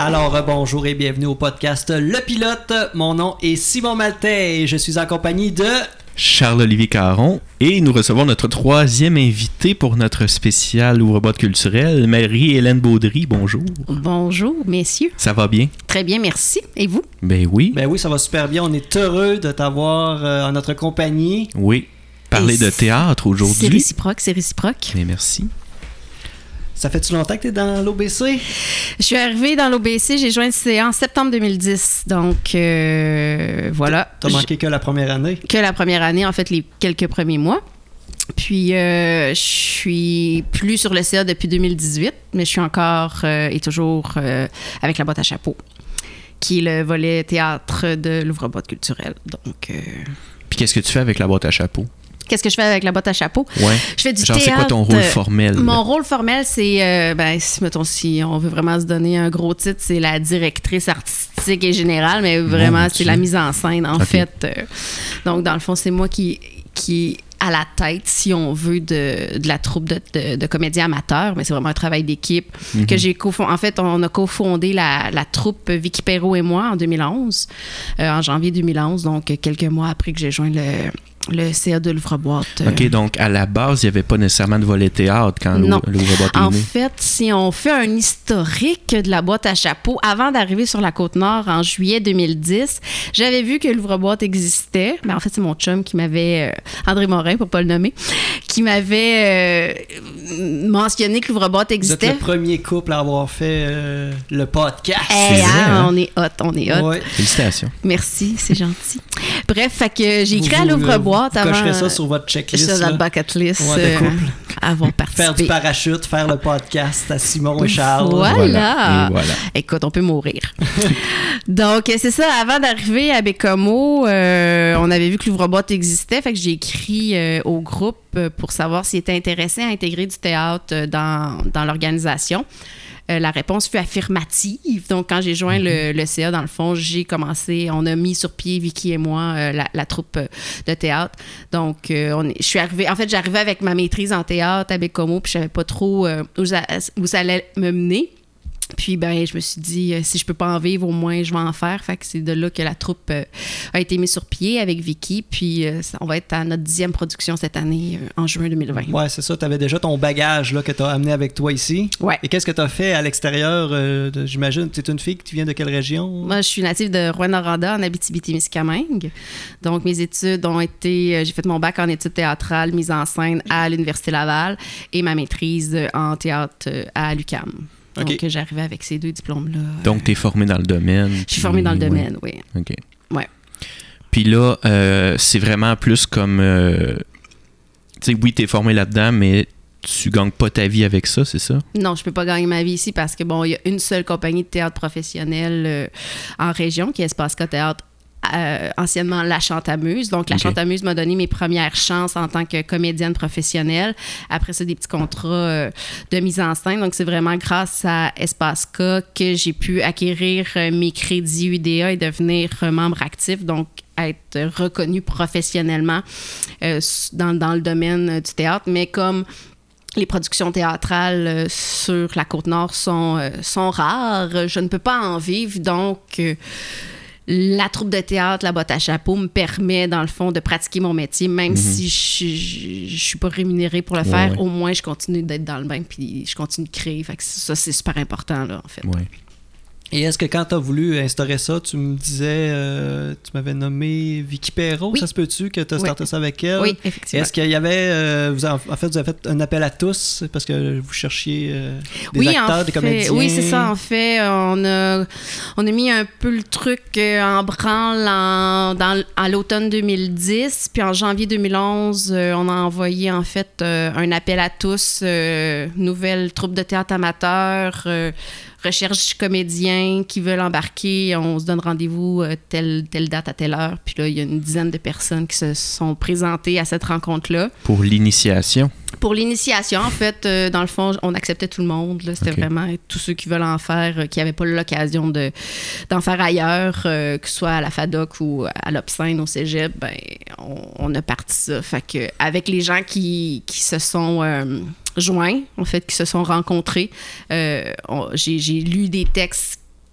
Alors, bonjour et bienvenue au podcast Le Pilote. Mon nom est Simon Maltais et je suis en compagnie de... Charles-Olivier Caron. Et nous recevons notre troisième invité pour notre spécial ouvre-boîte culturelle, Marie-Hélène Baudry. Bonjour. Bonjour, messieurs. Ça va bien? Très bien, merci. Et vous? Ben oui. Ben oui, ça va super bien. On est heureux de t'avoir en notre compagnie. Oui. Parler de théâtre aujourd'hui. C'est réciproque, c'est réciproque. Mais merci. Ça fait-tu longtemps que tu es dans l'OBC? Je suis arrivée dans l'OBC, j'ai joint le CA en septembre 2010. Donc, voilà. T'as manqué que la première année? Que la première année, en fait, les quelques premiers mois. Puis, je suis plus sur le CA depuis 2018, mais je suis encore et toujours avec la boîte à chapeau, qui est le volet théâtre de l'ouvre-boîte culturelle. Donc, Puis qu'est-ce que tu fais avec la boîte à chapeau? Qu'est-ce que je fais avec la boîte à chapeau? Ouais. Je fais du genre, théâtre. C'est quoi ton rôle formel? Mon rôle formel, c'est, mettons, si on veut vraiment se donner un gros titre, c'est la directrice artistique et générale, mais vraiment, c'est la mise en scène, en fait. Donc, dans le fond, c'est moi qui est à la tête, si on veut, de la troupe de comédiens amateurs, mais c'est vraiment un travail d'équipe que j'ai cofondé. En fait, on a cofondé la troupe Vicky Perrault et moi en 2011, en janvier 2011, donc quelques mois après que j'ai joint le CA de l'ouvre-boîte. OK, donc à la base, il n'y avait pas nécessairement de volet théâtre quand l'ouvre-boîte est En né. fait, si on fait un historique de la boîte à chapeau, avant d'arriver sur la Côte-Nord en juillet 2010, j'avais vu que l'ouvre-boîte existait. Mais en fait, c'est mon chum qui m'avait, André Morin, pour ne pas le nommer, qui m'avait mentionné que l'ouvre-boîte existait. Vous êtes le premier couple à avoir fait le podcast. Hey, C'est vrai, hein? On est hot. Ouais. Félicitations. Merci, c'est gentil. Bref, fait que j'ai écrit à l'ouvre-boîte vous avant. cocherez ça sur votre checklist. Ça dans là. le bucket list. Ouais, de couple. Avant participé. Faire du parachute, faire le podcast à Simon et Charles. Voilà. Et voilà. Écoute, on peut mourir. Donc, c'est ça. Avant d'arriver à Bécomo, on avait vu que l'ouvre-boîte existait. Fait que j'ai écrit au groupe pour savoir s'ils étaient intéressés à intégrer du théâtre dans l'organisation. La réponse fut affirmative. Donc, quand j'ai joint le CA, dans le fond, on a mis sur pied, Vicky et moi, la troupe de théâtre. Donc, je suis arrivée, en fait, j'arrivais avec ma maîtrise en théâtre à Bécomo, puis je savais pas trop où ça allait me mener. Puis, je me suis dit, si je peux pas en vivre, au moins, je vais en faire. Fait que c'est de là que la troupe a été mise sur pied avec Vicky. Puis, on va être à notre 10e production cette année, en juin 2020. Ouais, c'est ça. Tu avais déjà ton bagage là, que tu as amené avec toi ici. Ouais. Et qu'est-ce que tu as fait à l'extérieur? J'imagine, tu es une fille qui vient de quelle région? Moi, je suis native de Rouyn-Noranda, en Abitibi-Témiscamingue. Donc, mes études ont été... j'ai fait mon bac en études théâtrales, mise en scène à l'Université Laval et ma maîtrise en théâtre à l'UQAM. Donc, j'arrivais avec ces 2 diplômes-là. Donc, tu es formé dans le domaine. Je suis formée dans le domaine, oui. OK. Ouais. Puis là, c'est vraiment plus comme... tu sais, oui, tu es formé là-dedans, mais tu gagnes pas ta vie avec ça, c'est ça? Non, je peux pas gagner ma vie ici parce que, il y a une seule compagnie de théâtre professionnel en région qui est Espace-Ca Théâtre, anciennement La Chantamuse. Donc, La Chantamuse m'a donné mes premières chances en tant que comédienne professionnelle. Après ça, des petits contrats de mise en scène. Donc, c'est vraiment grâce à Espace-Ca que j'ai pu acquérir mes crédits UDA et devenir membre actif. Donc, être reconnue professionnellement dans le domaine du théâtre. Mais comme les productions théâtrales sur la Côte-Nord sont rares, je ne peux pas en vivre. Donc, la troupe de théâtre, la boîte à chapeau, me permet, dans le fond, de pratiquer mon métier, même si je suis pas rémunérée pour le faire. Ouais. Au moins, je continue d'être dans le bain, puis je continue de créer. Fait que ça, c'est super important, là, en fait. Ouais. Et est-ce que quand tu as voulu instaurer ça, tu me disais, tu m'avais nommé Vicky Perrault, ça se peut-tu que tu as starté ça avec elle? Oui, effectivement. Est-ce qu'il y avait, vous avez fait un appel à tous parce que vous cherchiez des acteurs, des comédiens? Oui, c'est ça. En fait, on a mis un peu le truc en branle à l'automne 2010, puis en janvier 2011, on a envoyé en fait un appel à tous, nouvelle troupe de théâtre amateur, recherche comédiens qui veulent embarquer. On se donne rendez-vous telle date à telle heure. Puis là, il y a une dizaine de personnes qui se sont présentées à cette rencontre-là. Pour l'initiation? Pour l'initiation, en fait, dans le fond, on acceptait tout le monde. Là. C'était vraiment tous ceux qui veulent en faire, qui n'avaient pas l'occasion d'en faire ailleurs, que ce soit à la FADOC ou à l'Obscène, au Cégep, on a parti ça. Fait que, avec les gens qui se sont joints, en fait, qui se sont rencontrés, j'ai lu des textes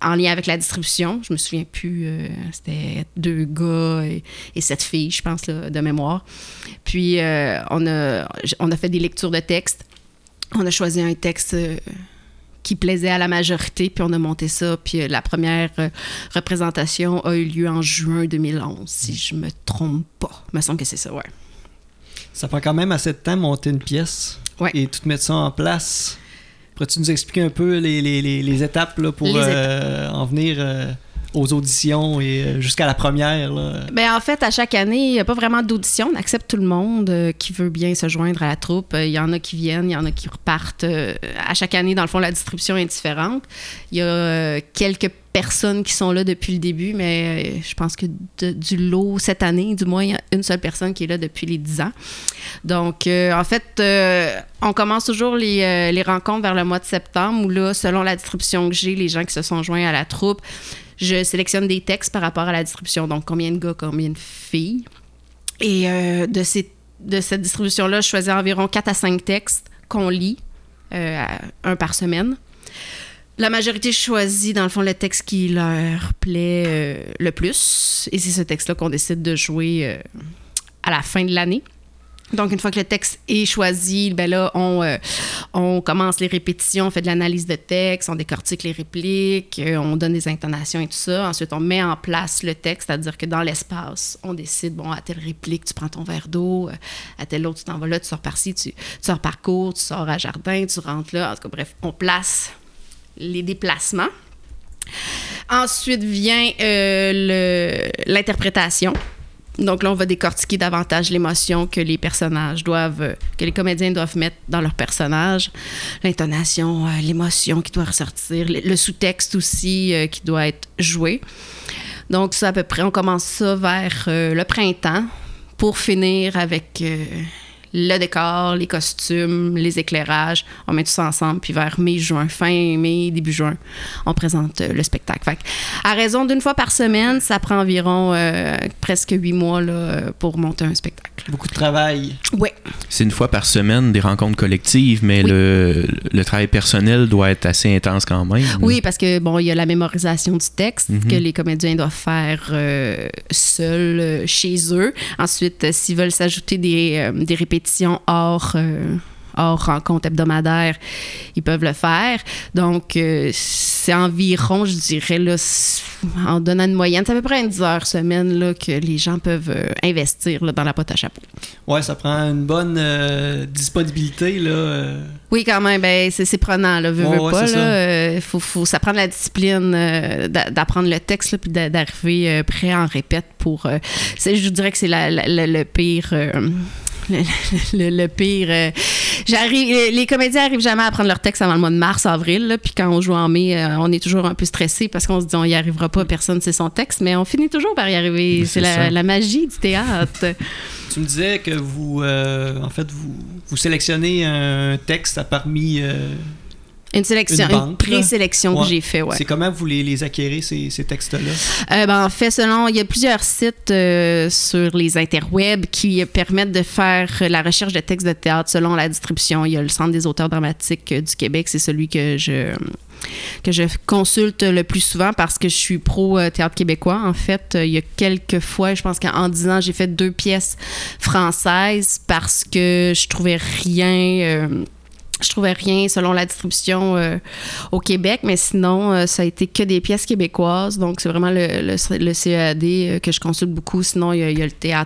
en lien avec la distribution. Je me souviens plus, c'était 2 gars et 7 filles, je pense, là, de mémoire. Puis, on a fait des lectures de textes. On a choisi un texte qui plaisait à la majorité, puis on a monté ça. Puis la première représentation a eu lieu en juin 2011, si je me trompe pas. Il me semble que c'est ça, ouais. Ça prend quand même assez de temps de monter une pièce et tout mettre ça en place. Pourrais-tu nous expliquer un peu les étapes là, pour en venir aux auditions et jusqu'à la première? Là? Bien, en fait, à chaque année, il n'y a pas vraiment d'audition. On accepte tout le monde qui veut bien se joindre à la troupe. Il y en a qui viennent, il y en a qui repartent. À chaque année, dans le fond, la distribution est différente. Il y a quelques personnes qui sont là depuis le début, mais je pense que du lot, cette année, du moins, il y a une seule personne qui est là depuis les 10 ans. Donc, en fait, on commence toujours les rencontres vers le mois de septembre, où là, selon la distribution que j'ai, les gens qui se sont joints à la troupe, je sélectionne des textes par rapport à la distribution. Donc, combien de gars, combien de filles. Et de cette distribution-là, je choisis environ 4 à 5 textes qu'on lit, un par semaine. La majorité choisit, dans le fond, le texte qui leur plaît le plus. Et c'est ce texte-là qu'on décide de jouer à la fin de l'année. Donc, une fois que le texte est choisi, ben là, on commence les répétitions, on fait de l'analyse de texte, on décortique les répliques, on donne des intonations et tout ça. Ensuite, on met en place le texte, c'est-à-dire que dans l'espace, on décide, bon, à telle réplique, tu prends ton verre d'eau, à telle autre, tu t'en vas là, tu sors par-ci, tu sors par cour, tu sors à jardin, tu rentres là. En tout cas, bref, on place les déplacements. Ensuite vient l'interprétation. Donc là, on va décortiquer davantage l'émotion que les personnages doivent, que les comédiens doivent mettre dans leur personnage. L'intonation, l'émotion qui doit ressortir, le sous-texte aussi qui doit être joué. Donc ça, à peu près, on commence ça vers le printemps pour finir avec le décor, les costumes, les éclairages. On met tout ça ensemble, puis vers mai-juin, fin mai, début juin, on présente le spectacle. Fait à raison d'une fois par semaine, ça prend environ presque 8 mois là, pour monter un spectacle. Beaucoup de travail. Oui. C'est une fois par semaine, des rencontres collectives, mais le travail personnel doit être assez intense quand même. Oui, parce que bon, il y a la mémorisation du texte que les comédiens doivent faire seuls chez eux. Ensuite, s'ils veulent s'ajouter des répétitions hors rencontre hebdomadaire, ils peuvent le faire. Donc, c'est environ, je dirais, là, en donnant une moyenne, c'est à peu près 10 heures semaine là, que les gens peuvent investir là, dans la pote à chapeau. Oui, ça prend une bonne disponibilité. Là. Oui, quand même, ben, c'est prenant, là, veux pas. Là, ça prend de la discipline d'apprendre le texte puis d'arriver prêt en répète pour... je dirais que c'est le pire... Le pire, les comédiens n'arrivent jamais à apprendre leur texte avant le mois de mars, avril, là, puis quand on joue en mai, on est toujours un peu stressé parce qu'on se dit on n'y arrivera pas, personne ne sait son texte, mais on finit toujours par y arriver. C'est la magie du théâtre. Tu me disais que vous sélectionnez un texte parmi... une présélection que j'ai fait, ouais. C'est comment vous les acquérez, ces textes-là? En fait, il y a plusieurs sites sur les interwebs qui permettent de faire la recherche de textes de théâtre selon la distribution. Il y a le Centre des auteurs dramatiques du Québec, c'est celui que je consulte le plus souvent parce que je suis pro théâtre québécois. En fait, il y a quelques fois, je pense qu'en 10 ans, j'ai fait 2 pièces françaises parce que je trouvais rien selon la distribution au Québec, mais sinon, ça a été que des pièces québécoises. Donc, c'est vraiment le CEAD que je consulte beaucoup. Sinon, il y a le théâtre,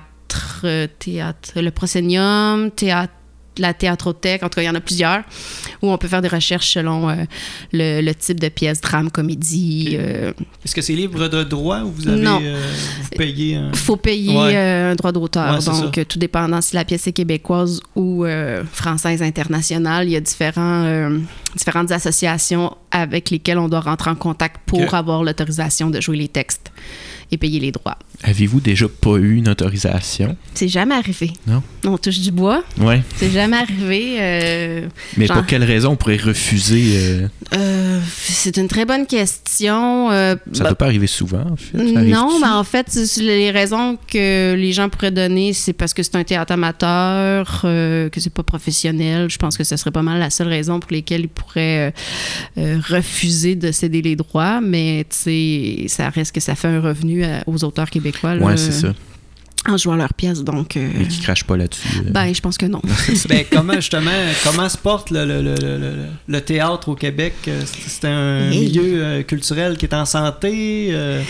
le Proscenium, la Théâtrothèque, en tout cas, il y en a plusieurs, où on peut faire des recherches selon le type de pièce, drame, comédie. Est-ce que c'est libre de droit ou vous avez vous payez un... Il faut payer un droit d'auteur. Donc, tout dépendant si la pièce est québécoise ou française internationale, il y a différentes associations avec lesquelles on doit rentrer en contact pour avoir l'autorisation de jouer les textes et payer les droits. Avez-vous déjà pas eu une autorisation? C'est jamais arrivé. Non? On touche du bois. Ouais. C'est jamais arrivé. Mais pour quelle raison on pourrait refuser? C'est une très bonne question. Ça ne doit pas arriver souvent, en fait. Non, mais en fait, les raisons que les gens pourraient donner, c'est parce que c'est un théâtre amateur, que c'est pas professionnel. Je pense que ce serait pas mal la seule raison pour lesquelles ils pourrait refuser de céder les droits, mais tu sais, ça reste que ça fait un revenu aux auteurs québécois. Là, ouais, c'est ça. En jouant leurs pièces, donc... Mais qui crachent pas là-dessus. Ben, je pense que non. Ben, comment se porte le théâtre au Québec? C'est un milieu culturel qui est en santé?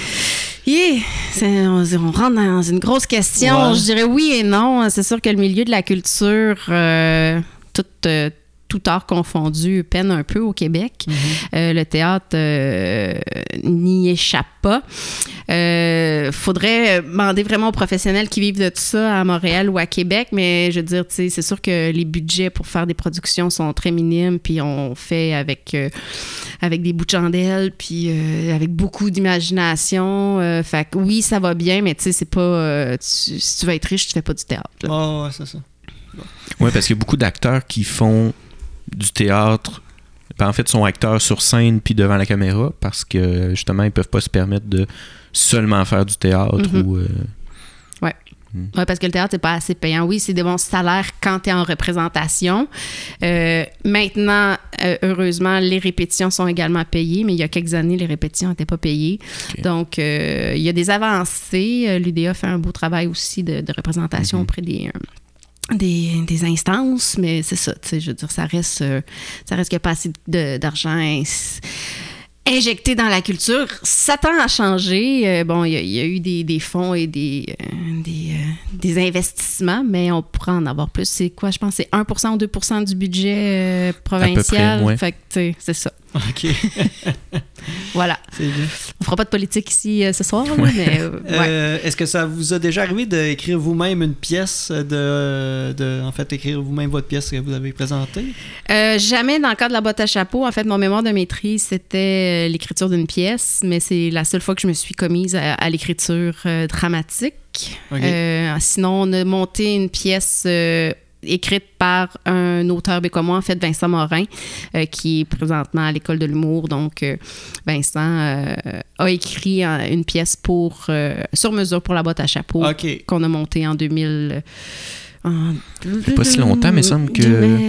On rentre dans une grosse question. Ouais. Je dirais oui et non. C'est sûr que le milieu de la culture, tout art confondu, peine un peu au Québec. Mm-hmm. Le théâtre n'y échappe pas. Faudrait demander vraiment aux professionnels qui vivent de tout ça à Montréal ou à Québec, mais je veux dire, c'est sûr que les budgets pour faire des productions sont très minimes, puis on fait avec des bouts de chandelle, puis avec beaucoup d'imagination. Fait que oui, ça va bien, mais tu sais, c'est pas... si tu veux être riche, tu fais pas du théâtre. Ouais, c'est ça. Oui, parce qu'il y a beaucoup d'acteurs qui font du théâtre, en fait, sont acteurs sur scène puis devant la caméra parce que, justement, ils peuvent pas se permettre de seulement faire du théâtre. Mm-hmm. Ou... Ouais. Oui, parce que le théâtre, c'est pas assez payant. Oui, c'est des bons salaires quand tu es en représentation. Maintenant, heureusement, les répétitions sont également payées, mais il y a quelques années, les répétitions n'étaient pas payées. Okay. Donc, il y a des avancées. L'UDA fait un beau travail aussi de représentation auprès des instances, mais c'est ça, tu sais, je veux dire, ça reste qu'il n'y a pas assez d'argent injecté dans la culture. Ça tend à changer. Bon, il y a eu des fonds et des investissements, mais on pourrait en avoir plus. C'est quoi? Je pense que c'est 1% ou 2% du budget provincial. À peu près, ouais. Fait que, tu sais, c'est ça. OK. Voilà. C'est bien. On fera pas de politique ici ce soir, là, mais... ouais. Est-ce que ça vous a déjà arrivé d'écrire vous-même une pièce, en fait, écrire vous-même votre pièce que vous avez présentée? Jamais dans le cadre de la boîte à chapeau. En fait, mon mémoire de maîtrise, c'était l'écriture d'une pièce, mais c'est la seule fois que je me suis commise à l'écriture dramatique. Okay. Sinon, on a monté une pièce... écrite par un auteur bécomois, en fait, Vincent Morin, qui est présentement à l'École de l'humour. Donc, Vincent a écrit une pièce sur mesure pour la boîte à chapeau qu'on a montée en 2000... pas si longtemps, mais il semble que...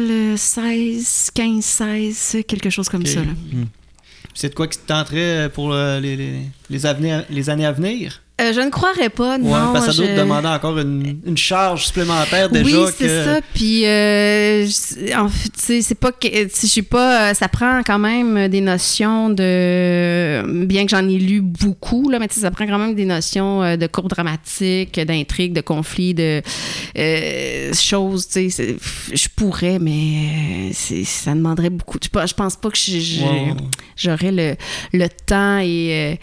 2016, 15-16, quelque chose comme ça. Là. C'est de quoi qui te tenterait pour les années à venir? Je ne croirais pas, non. Ouais, parce que ça doit te demander encore une charge supplémentaire déjà. Oui, c'est ça. Puis, en fait, c'est pas que... Je sais pas... Ça prend quand même des notions de... Bien que j'en ai lu beaucoup, là, mais ça prend quand même des notions de courbe dramatique, d'intrigue, de conflit, de choses, tu sais. Je pourrais, mais ça demanderait beaucoup. Je pense pas que j'aurais le temps et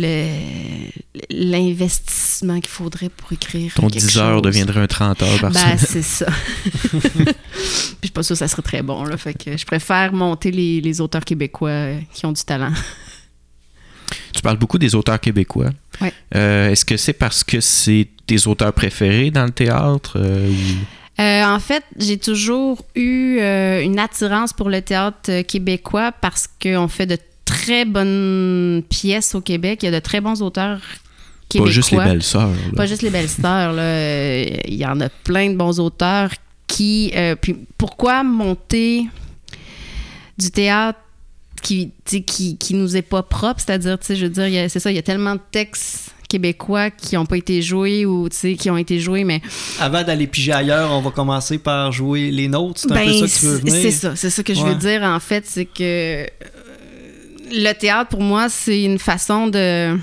l'investissement qu'il faudrait pour écrire ton 10 heures deviendrait un 30 heures par semaine. C'est ça. Puis je suis pas sûre que ça serait très bon, là. Fait que je préfère monter les auteurs québécois qui ont du talent. Tu parles beaucoup des auteurs québécois. Oui. Est-ce que c'est parce que c'est tes auteurs préférés dans le théâtre? En fait, j'ai toujours eu une attirance pour le théâtre québécois parce qu'on fait de très bonnes pièces au Québec. Il y a de très bons auteurs québécois. Pas juste les Belles-Sœurs. Pas juste les Belles-Sœurs. Il y en a plein de bons auteurs qui... puis pourquoi monter du théâtre qui nous est pas propre? C'est-à-dire, je veux dire, c'est ça, il y a tellement de textes québécois qui n'ont pas été joués ou qui ont été joués, mais... Avant d'aller piger ailleurs, on va commencer par jouer les nôtres. C'est un peu ça que tu veux venir? C'est ça que je veux dire, en fait, c'est que le théâtre, pour moi, c'est une façon de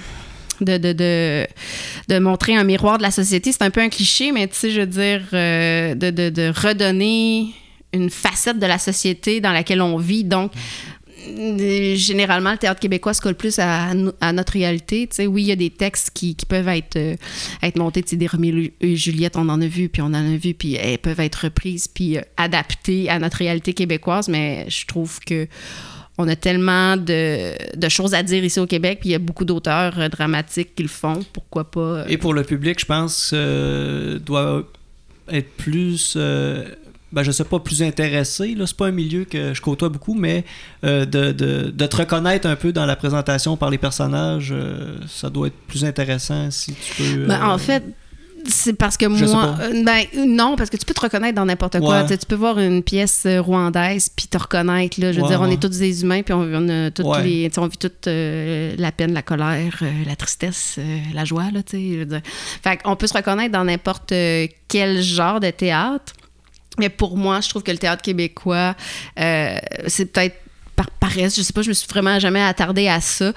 montrer un miroir de la société. C'est un peu un cliché, mais tu sais, je veux dire, de redonner une facette de la société dans laquelle on vit. Donc, généralement, le théâtre québécois se colle plus à notre réalité. Tu sais, oui, il y a des textes qui peuvent être montés. Tu sais, des Roméo et Juliette, on en a vu, puis elles peuvent être reprises, puis adaptées à notre réalité québécoise, mais je trouve que on a tellement de choses à dire ici au Québec, puis il y a beaucoup d'auteurs dramatiques qui le font. Pourquoi pas? Et pour le public, je pense, doit être plus... je sais pas, plus intéressé. Là, c'est pas un milieu que je côtoie beaucoup, mais de te reconnaître un peu dans la présentation par les personnages, ça doit être plus intéressant si tu peux... En fait, C'est parce que moi... non, parce que tu peux te reconnaître dans n'importe quoi. Tu peux voir une pièce rwandaise puis te reconnaître. Là, je veux dire, on est tous des humains puis on a toutes on vit toute la peine, la colère, la tristesse, la joie. Là, je veux dire. Fait qu'on peut se reconnaître dans n'importe quel genre de théâtre. Mais pour moi, je trouve que le théâtre québécois, c'est peut-être par paresse, je sais pas, je me suis vraiment jamais attardée à ça,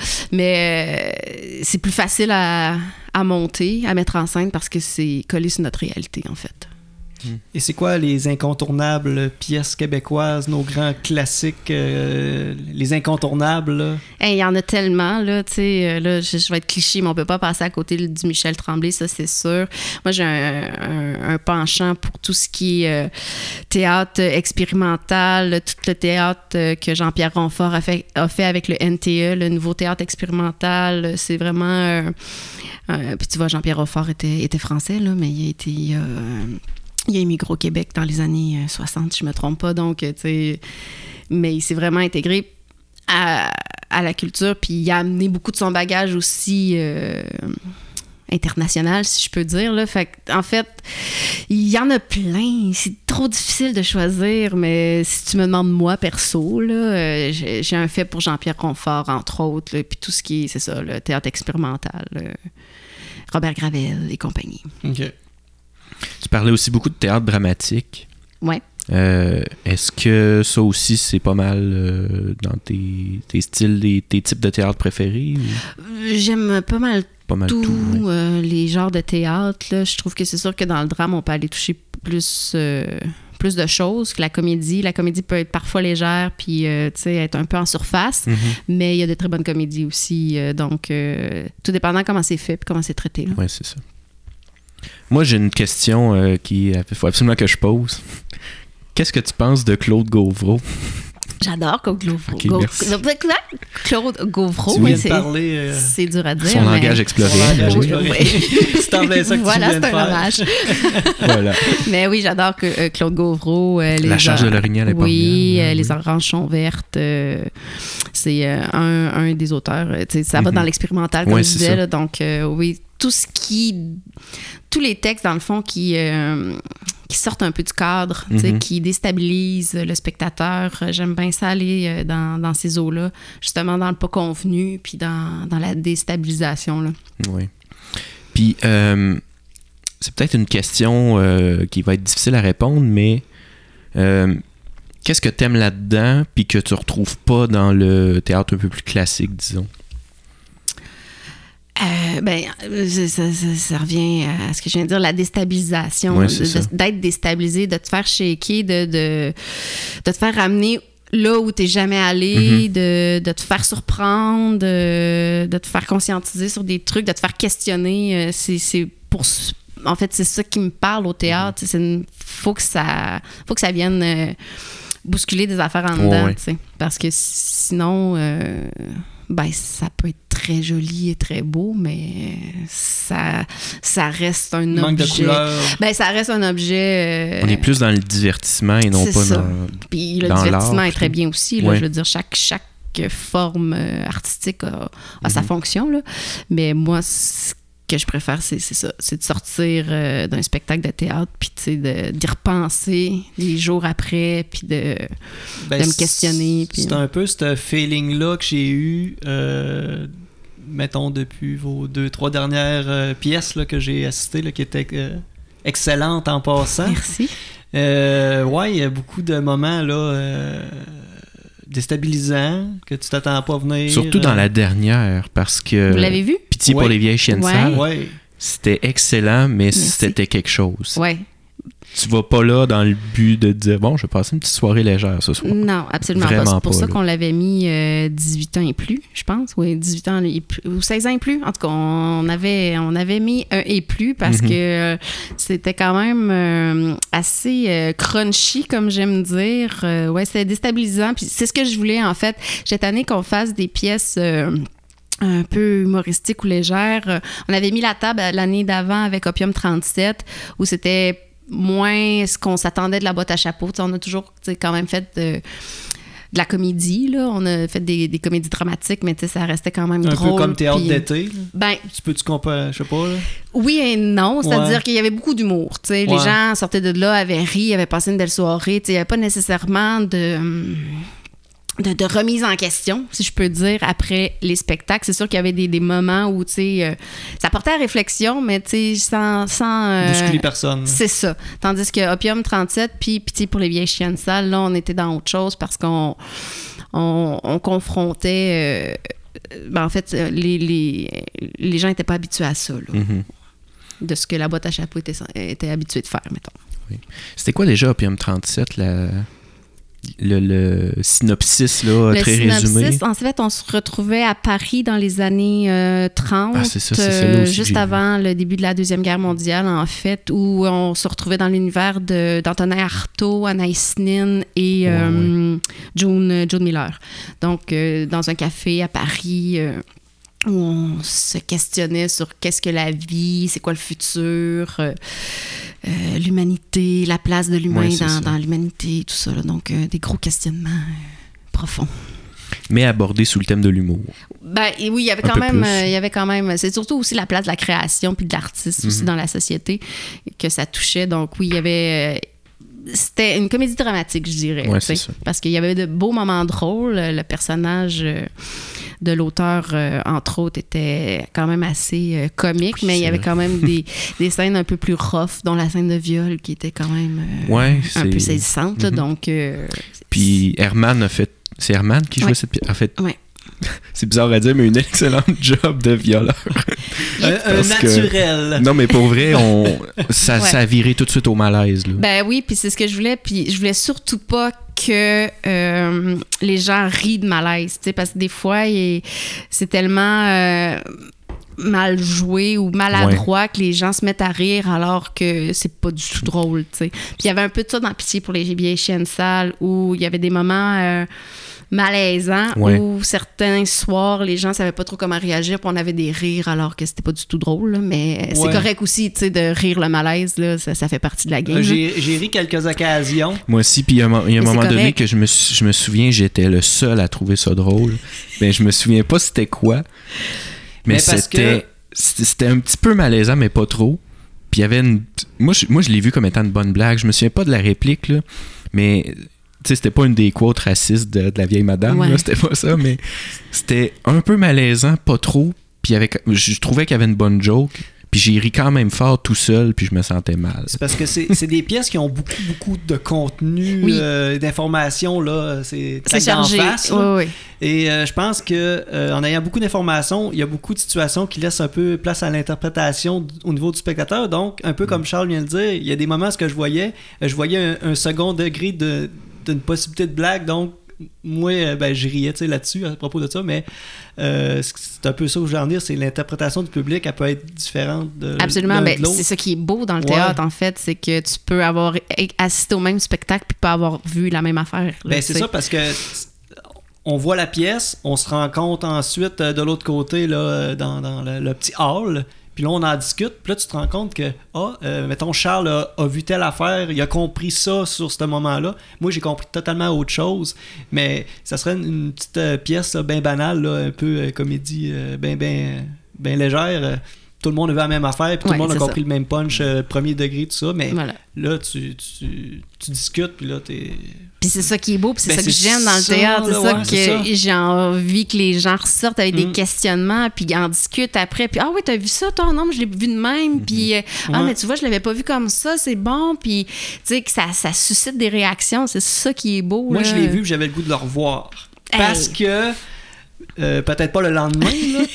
mais c'est plus facile à monter, à mettre en scène parce que c'est collé sur notre réalité, en fait. Et c'est quoi les incontournables pièces québécoises, nos grands classiques, les incontournables, là? Il y en a tellement, là, tu sais, là, je vais être cliché, mais on peut pas passer à côté du Michel Tremblay, ça, c'est sûr. Moi, j'ai un penchant pour tout ce qui est théâtre expérimental, tout le théâtre que Jean-Pierre Ronfort a fait avec le NTE, le Nouveau Théâtre expérimental. C'est vraiment... puis tu vois, Jean-Pierre Ronfort était français, là, mais il a émigré au Québec dans les années 60, si je me trompe pas. Donc, tu sais, mais il s'est vraiment intégré à la culture, puis il a amené beaucoup de son bagage aussi international, si je peux dire. Là. Fait en fait, il y en a plein. C'est trop difficile de choisir, mais si tu me demandes moi, perso, là, j'ai un fait pour Jean-Pierre Ronfort, entre autres, là, puis tout ce qui est, c'est ça, le théâtre expérimental, Robert Gravel et compagnie. OK. Tu parlais aussi beaucoup de théâtre dramatique. Oui. Est-ce que ça aussi, c'est pas mal dans tes styles, tes types de théâtre préférés? Ou? J'aime pas mal tout, ouais. Les genres de théâtre. Là. Je trouve que c'est sûr que dans le drame, on peut aller toucher plus de choses que la comédie. La comédie peut être parfois légère puis être un peu en surface, mais il y a de très bonnes comédies aussi. Donc, tout dépendant comment c'est fait et comment c'est traité. Oui, c'est ça. Moi, j'ai une question qu'il faut absolument que je pose. Qu'est-ce que tu penses de Claude Gauvreau? J'adore Claude Gauvreau. Okay, Claude Gauvreau, oui, c'est dur à dire. Son langage exploré. C'est en plein ça que voilà, tu viens de faire. Voilà, c'est un hommage. Voilà. Mais oui, j'adore Claude Gauvreau. La charge de l'orignal est pas bien. Les oranges sont vertes. C'est un des auteurs. Ça va dans l'expérimental, comme je disais. Là, donc, oui, tous les textes, dans le fond, qui sortent un peu du cadre, qui déstabilisent le spectateur. J'aime bien ça aller dans ces eaux-là, justement dans le pas convenu, puis dans la déstabilisation. Là. Oui. Puis, c'est peut-être une question qui va être difficile à répondre, mais qu'est-ce que tu aimes là-dedans, puis que tu retrouves pas dans le théâtre un peu plus classique, disons? Ça revient à ce que je viens de dire, la déstabilisation, d'être déstabilisé, de te faire shaker, de te faire ramener là où tu n'es jamais allé, de te faire surprendre, de te faire conscientiser sur des trucs, de te faire questionner. En fait, c'est ça qui me parle au théâtre. Faut que ça vienne bousculer des affaires en dedans, parce que sinon... ça peut être très joli et très beau, mais ça reste un manque objet. De couleur. Ça reste un objet. On est plus dans le divertissement et non pas dans. Puis le divertissement est très bien aussi. Là, je veux dire, chaque forme artistique a sa fonction. Là. Mais moi, ce que je préfère, c'est ça. C'est de sortir d'un spectacle de théâtre, puis d'y repenser les jours après, puis de me questionner. Puis... C'est un peu ce feeling-là que j'ai eu, mettons, depuis vos 2-3 dernières pièces là, que j'ai assistées, là, qui étaient excellentes en passant. Merci. Il y a beaucoup de moments là, déstabilisants que tu t'attends pas à venir. Surtout dans la dernière, parce que... Vous l'avez vu? Pitié pour les vieilles chiennes sales. Ouais. C'était excellent, mais c'était quelque chose. Ouais. Tu vas pas là dans le but de dire, bon, je vais passer une petite soirée légère ce soir. Non, absolument pas. C'est pour ça qu'on l'avait mis 18 ans et plus, je pense. Oui, 18 ans et plus, ou 16 ans et plus. En tout cas, on avait mis un et plus parce que c'était quand même assez crunchy, comme j'aime dire. C'était déstabilisant. Puis c'est ce que je voulais, en fait. J'étais tannée qu'on fasse des pièces... un peu humoristique ou légère. On avait mis la table l'année d'avant avec Opium 37, où c'était moins ce qu'on s'attendait de la boîte à chapeau. T'sais, on a toujours quand même fait la comédie, là. On a fait des comédies dramatiques, mais ça restait quand même drôle. Un peu comme théâtre d'été. Ben, tu comparer, je sais pas, là? Oui et non, c'est-à-dire qu'il y avait beaucoup d'humour. Les gens sortaient de là, avaient ri, avaient passé une belle soirée. Il n'y avait pas nécessairement de remise en question, si je peux dire, après les spectacles. C'est sûr qu'il y avait des moments où, ça portait à réflexion, mais sans bousculer personne. C'est ça. Tandis que Opium 37, puis Pitié pour les vieilles chiennes sales, là, on était dans autre chose parce qu'on confrontait... en fait, les gens n'étaient pas habitués à ça, là, de ce que la boîte à chapeau était habituée de faire, mettons. Oui. C'était quoi déjà Opium 37, le synopsis là, très résumé? En fait, on se retrouvait à Paris dans les années 30, c'est ça aussi juste avant le début de la Deuxième Guerre mondiale, en fait, où on se retrouvait dans l'univers d'Antonin Artaud, Anaïs Nin et June Miller. Donc, dans un café à Paris... où on se questionnait sur qu'est-ce que la vie, c'est quoi le futur, l'humanité, la place de l'humain dans l'humanité, tout ça. Là. Donc, des gros questionnements profonds. Mais abordés sous le thème de l'humour. Ben oui, il y avait quand même, c'est surtout aussi la place de la création puis de l'artiste aussi dans la société que ça touchait. Donc oui, il y avait... c'était une comédie dramatique, je dirais. Ouais, c'est ça. Parce qu'il y avait de beaux moments drôles. Le personnage de l'auteur, entre autres, était quand même assez comique, mais il y avait quand même des scènes un peu plus rough, dont la scène de viol qui était quand même un peu saisissante. Là, donc, puis Herman a fait... C'est Herman qui jouait cette pièce? En fait, ouais. C'est bizarre à dire, mais une excellente job de violeur. Un naturel. Non, mais pour vrai, ça a viré tout de suite au malaise. Là. Ben oui, puis c'est ce que je voulais. Puis je voulais surtout pas que les gens rient de malaise, parce que des fois, c'est tellement... mal joué ou maladroit que les gens se mettent à rire alors que c'est pas du tout drôle, tu sais. Puis il y avait un peu de ça dans Pitié pour les vieilles chiennes sales où il y avait des moments malaisants où certains soirs les gens savaient pas trop comment réagir puis on avait des rires alors que c'était pas du tout drôle, là, mais c'est correct aussi, tu sais, de rire le malaise, là, ça fait partie de la game. J'ai ri quelques occasions. Moi aussi, puis il y a un moment donné que je me souviens, j'étais le seul à trouver ça drôle, mais je me souviens pas c'était quoi. Mais c'était un petit peu malaisant, mais pas trop. Puis il y avait moi, je l'ai vu comme étant une bonne blague. Je me souviens pas de la réplique, là, mais c'était pas une des quotes racistes de la vieille madame. Là, c'était pas ça, mais c'était un peu malaisant, pas trop. Puis je trouvais qu'il y avait une bonne joke. Puis j'ai ri quand même fort tout seul, puis je me sentais mal. C'est parce que c'est des pièces qui ont beaucoup de contenu, d'informations, là. C'est chargé. Face, oui. Et je pense qu'en ayant beaucoup d'informations, il y a beaucoup de situations qui laissent un peu place à l'interprétation au niveau du spectateur. Donc, un peu comme Charles vient de dire, il y a des moments où je voyais un second degré d'une possibilité de blague, donc moi, je riais là-dessus à propos de ça, mais c'est un peu ça que je veux en dire, c'est l'interprétation du public, elle peut être différente de absolument, de l'autre. C'est ça qui est beau dans le théâtre, en fait, c'est que tu peux avoir assisté au même spectacle puis pas avoir vu la même affaire. Là, c'est ça, parce que on voit la pièce, on se rend compte ensuite de l'autre côté, là, dans le petit hall. Puis là, on en discute. Puis là, tu te rends compte que, mettons, Charles a vu telle affaire, il a compris ça sur ce moment-là. Moi, j'ai compris totalement autre chose. Mais ça serait une petite pièce bien banale, là, un peu comédie bien légère. Tout le monde a vu la même affaire, puis tout le monde a compris le même punch, premier degré, tout ça. Mais là, tu discutes, puis là, t'es... Puis c'est ça qui est beau, puis c'est ça que j'aime dans le théâtre. C'est ça que j'ai envie que les gens ressortent avec des questionnements, puis ils en discutent après. Puis, oui, t'as vu ça, toi? Non, mais je l'ai vu de même. Puis, mais tu vois, je l'avais pas vu comme ça, c'est bon. Puis, tu sais, que ça suscite des réactions. C'est ça qui est beau. Moi, je l'ai vu, puis j'avais le goût de le revoir. Parce que... peut-être pas le lendemain,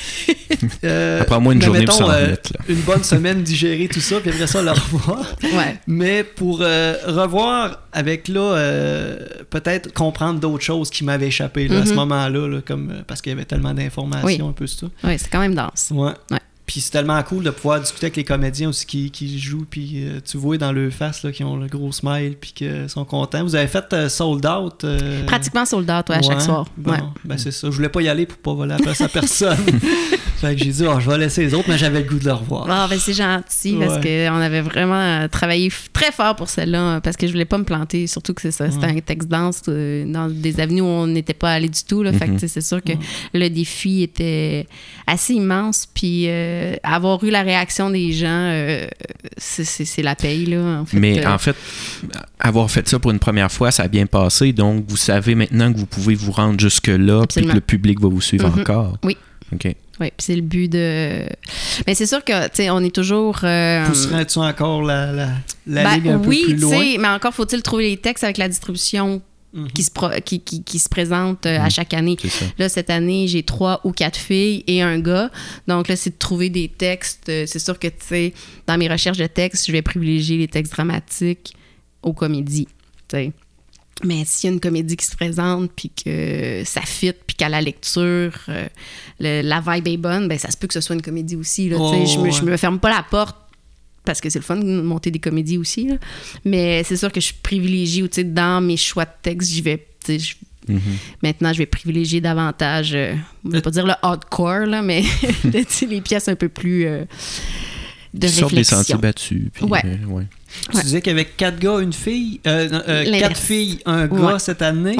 là. Après moi, une journée pour s'en remettre. Une bonne semaine digérer tout ça, puis après ça, le revoir. Mais pour revoir avec, là, peut-être comprendre d'autres choses qui m'avaient échappé là, à ce moment-là, là, comme, parce qu'il y avait tellement d'informations, un peu ça. Oui, c'est quand même dense. Ouais. Puis c'est tellement cool de pouvoir discuter avec les comédiens aussi qui jouent, puis tu vois dans leur face là, qui ont le gros smile, puis qui sont contents. Vous avez fait sold out. Pratiquement sold out, à chaque soir. Bon, c'est ça. Je voulais pas y aller pour pas voler la place à personne. Fait que j'ai dit, je vais laisser les autres, mais j'avais le goût de le revoir. Ah, ben c'est gentil, parce qu'on avait vraiment travaillé très fort pour celle-là, parce que je voulais pas me planter, surtout que c'est ça, c'était un texte dense dans des avenues où on n'était pas allé du tout, là, fait que c'est sûr que le défi était assez immense, puis avoir eu la réaction des gens, c'est la paye, là, en fait. Mais en fait, avoir fait ça pour une première fois, ça a bien passé, donc vous savez maintenant que vous pouvez vous rendre jusque-là, puis que le public va vous suivre encore. Oui. OK. Oui, puis c'est le but de... Mais c'est sûr que, tu sais, on est toujours... Pousserais-tu encore la ligue un peu plus loin? Oui, tu sais, mais encore faut-il trouver les textes avec la distribution qui se présente à chaque année. Là, cette année, j'ai 3 ou 4 filles et un gars. Donc là, c'est de trouver des textes. C'est sûr que, tu sais, dans mes recherches de textes, je vais privilégier les textes dramatiques aux comédies, tu sais. Mais s'il y a une comédie qui se présente, puis que ça fit, puis qu'à la lecture, la vibe est bonne, ben ça se peut que ce soit une comédie aussi. Là, je me ferme pas la porte, parce que c'est le fun de monter des comédies aussi. Là. Mais c'est sûr que je privilégie, dans mes choix de texte, j'y vais... Maintenant, je vais privilégier davantage, je vais pas dire le hardcore, là, mais les pièces un peu plus de réflexion. Sorte des sentiers battus. Puis, Tu disais qu'il y avait 4 gars, une fille, 4 filles, un gars cette année.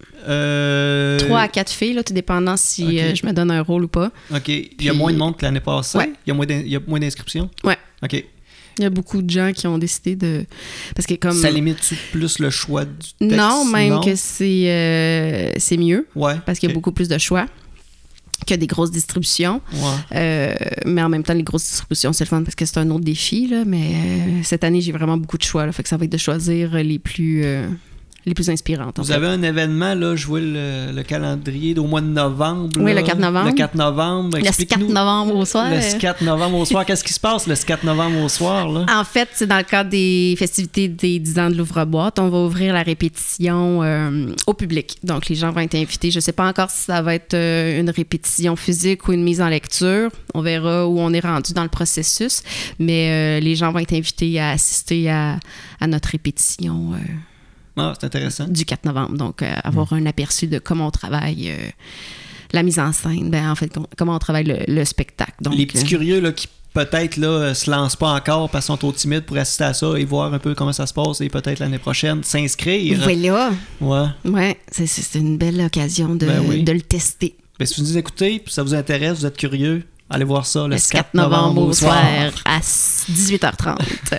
3 à 4 filles, là, tout dépendant si je me donne un rôle ou pas. OK. Puis, il y a moins de monde que l'année passée? Il y a moins d'inscriptions? Oui. OK. Il y a beaucoup de gens qui ont décidé de... Parce que comme... Ça limite-tu plus le choix du texte? Non, même que c'est mieux. Ouais. Parce qu'il y a beaucoup plus de choix que des grosses distributions. Mais en même temps, les grosses distributions, c'est le fun parce que c'est un autre défi. Là, mais cette année, j'ai vraiment beaucoup de choix. Là, fait que ça va être de choisir les plus inspirantes. Vous avez un événement, là, je vois le calendrier au mois de novembre. Oui, là, le 4 novembre. Le 4 novembre. Le 4 novembre au soir. Le 4 novembre au soir. Qu'est-ce qui se passe le 4 novembre au soir? Là? En fait, c'est dans le cadre des festivités des 10 ans de l'Ouvre-Boîte. On va ouvrir la répétition au public. Donc, les gens vont être invités. Je ne sais pas encore si ça va être une répétition physique ou une mise en lecture. On verra où on est rendu dans le processus. Mais les gens vont être invités à assister à notre répétition c'est intéressant. Du 4 novembre. Donc, avoir un aperçu de comment on travaille la mise en scène. En fait, comment on travaille le spectacle. Donc, les petits curieux là, qui peut-être là, se lancent pas encore parce qu'ils sont trop timides pour assister à ça et voir un peu comment ça se passe et peut-être l'année prochaine s'inscrire. Voilà. Ouais, c'est une belle occasion de le tester. Ben, si vous nous écoutez et ça vous intéresse, vous êtes curieux, allez voir ça le 4 novembre au soir à 18h30.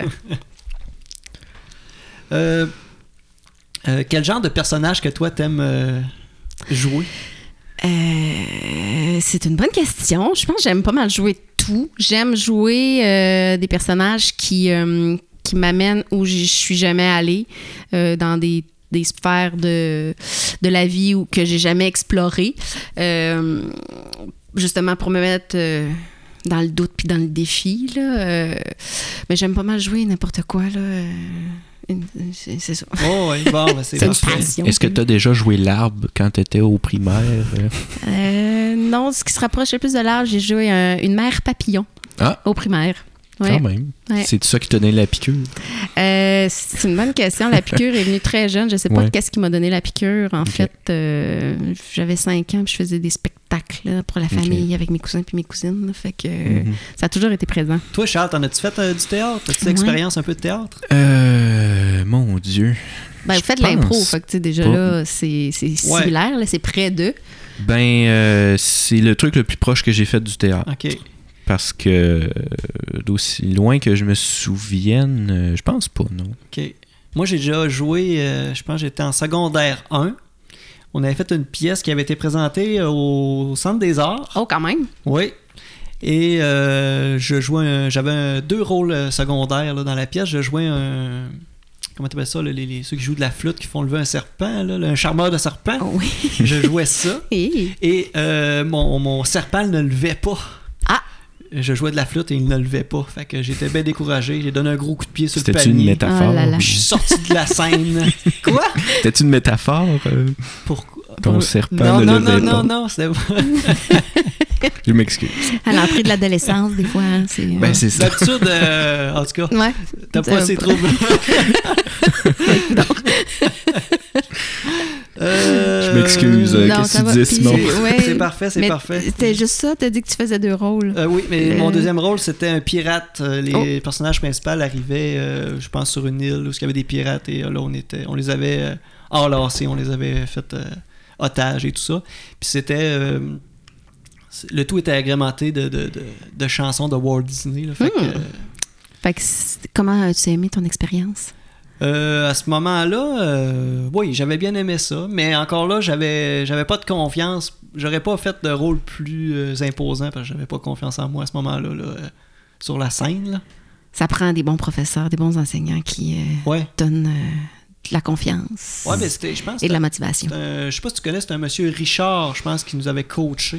Quel genre de personnage que toi t'aimes jouer? C'est une bonne question. Je pense que j'aime pas mal jouer tout. J'aime jouer des personnages qui m'amènent où je suis jamais allée, dans des sphères de la vie où que j'ai jamais exploré. Justement pour me mettre dans le doute puis dans le défi. Là, mais j'aime pas mal jouer n'importe quoi. Là. C'est ça. Oh oui, bon, ben c'est passion. Est-ce que tu as déjà joué l'arbre quand tu étais au primaire? Non, ce qui se rapproche le plus de l'arbre, j'ai joué une mère papillon au primaire. Quand même. Ouais. C'est ça qui t'a donné la piqûre? C'est une bonne question. La piqûre est venue très jeune. Je sais pas qu'est-ce qui m'a donné la piqûre. En fait, j'avais 5 ans puis je faisais des spectacles là, pour la famille avec mes cousins puis mes cousines. Là, fait que ça a toujours été présent. Toi, Charles, t'en as-tu fait du théâtre? As-tu l'expérience un peu de théâtre? Mon Dieu. Ben, vous faites de l'impro. Fait que déjà là, c'est similaire. Là, c'est près d'eux. C'est le truc le plus proche que j'ai fait du théâtre. OK. Parce que d'aussi loin que je me souvienne, je pense pas, non. OK. Moi, j'ai déjà joué, je pense que j'étais en secondaire 1. On avait fait une pièce qui avait été présentée au Centre des Arts. Oh, quand même? Oui. Et je jouais j'avais 2 rôles secondaires là, dans la pièce. Je jouais un... Comment t'appelles ça, ceux qui jouent de la flûte, qui font lever un serpent, là, un charmeur de serpent. Oh, oui. Je jouais ça. Et mon serpent ne levait pas. Ah! Je jouais de la flûte et il ne levait pas. Fait que j'étais bien découragé. J'ai donné un gros coup de pied sur le panier. C'était-tu une métaphore? Je suis sorti de la scène. Quoi? C'était-tu une métaphore? Pourquoi? Ton serpent ne levait pas. Non, c'est Je m'excuse. À l'entrée de l'adolescence, des fois, c'est... c'est ça. D'habitude, en tout cas, ouais, t'as pas assez troubles. Je m'excuse. Qu'est-ce que tu disais, Simon? C'est parfait, c'est parfait. C'était juste ça, t'as dit que tu faisais 2 rôles. Oui, mais mon deuxième rôle, c'était un pirate. Les personnages principaux arrivaient, je pense, sur une île où il y avait des pirates et là, on les avait enlacés, on les avait fait otages et tout ça. Puis c'était... le tout était agrémenté de chansons de Walt Disney. Là, fait que comment as-tu aimé ton expérience? À ce moment-là, oui, j'avais bien aimé ça, mais encore là, j'avais pas de confiance. J'aurais pas fait de rôle plus imposant parce que j'avais pas confiance en moi à ce moment-là, sur la scène. Là. Ça prend des bons professeurs, des bons enseignants qui donnent de la confiance je pense et de la motivation. Je sais pas si tu connais, c'est un monsieur Richard, je pense, qui nous avait coaché.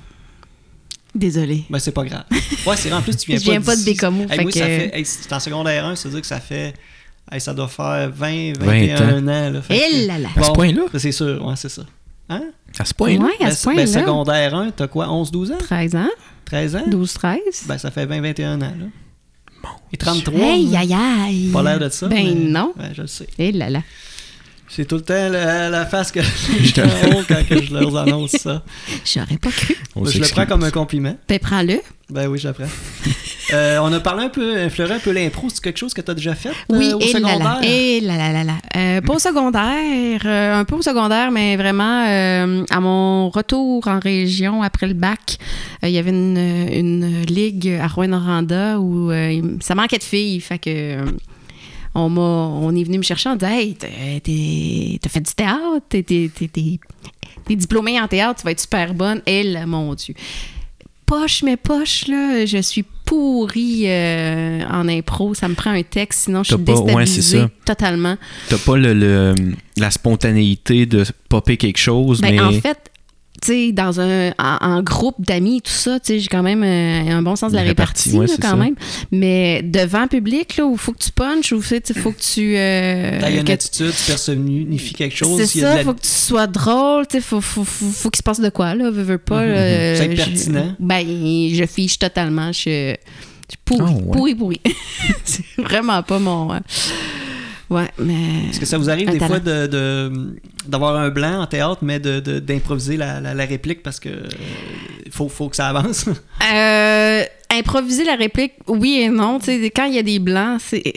Désolé. Ben, c'est pas grave. Ouais, c'est vrai, en plus, tu viens je viens pas de Bécomo. Moi, ça fait... c'est en secondaire 1, c'est-à-dire que ça fait... ça doit faire 21 ans. Là, à ce point-là? C'est sûr, ouais, c'est ça. Hein? À ce point-là? Ouais, à ce point-là. Secondaire 1, t'as quoi, 11-12 ans? 13 ans. 13 ans? 12-13. Ben, ça fait 20-21 ans, là. Bon. Et 33. Aïe. Pas l'air de ça. Ben mais... non. Ouais, je le sais. C'est tout le temps la face que je en haut quand je leur annonce ça. J'aurais pas cru. Je le prends comme un compliment. Ben, prends-le. Ben oui, je le prends. On a parlé effleuré un peu l'impro. C'est quelque chose que tu as déjà fait au secondaire? Pas au secondaire, un peu au secondaire, mais vraiment, à mon retour en région après le bac, il y avait une ligue à Rouyn-Noranda où ça manquait de filles. Fait que... on est venu me chercher en disant « Hey, t'as fait du théâtre, t'es diplômée en théâtre, tu vas être super bonne. » Mon Dieu. Poche, là, je suis pourrie en impro. Ça me prend un texte, sinon je suis déstabilisée totalement. T'as pas la spontanéité de popper quelque chose, mais... En fait, tu sais, en groupe d'amis, tout ça, tu sais, j'ai quand même un bon sens de la répartie, là, quand même. Mais devant public, là, où il faut que tu punches, où il faut que tu... t'as une attitude, tu personnifies quelque chose. C'est ça, il faut que tu sois drôle, tu sais, faut qu'il se passe de quoi, là, veux pas. Ça être pertinent. Je fiche totalement, je suis pourri. C'est vraiment pas mon... Ouais, mais... Est-ce que ça vous arrive des fois d'avoir un blanc en théâtre, mais d'improviser la réplique parce que faut que ça avance? Improviser la réplique, oui et non. T'sais, quand il y a des blancs,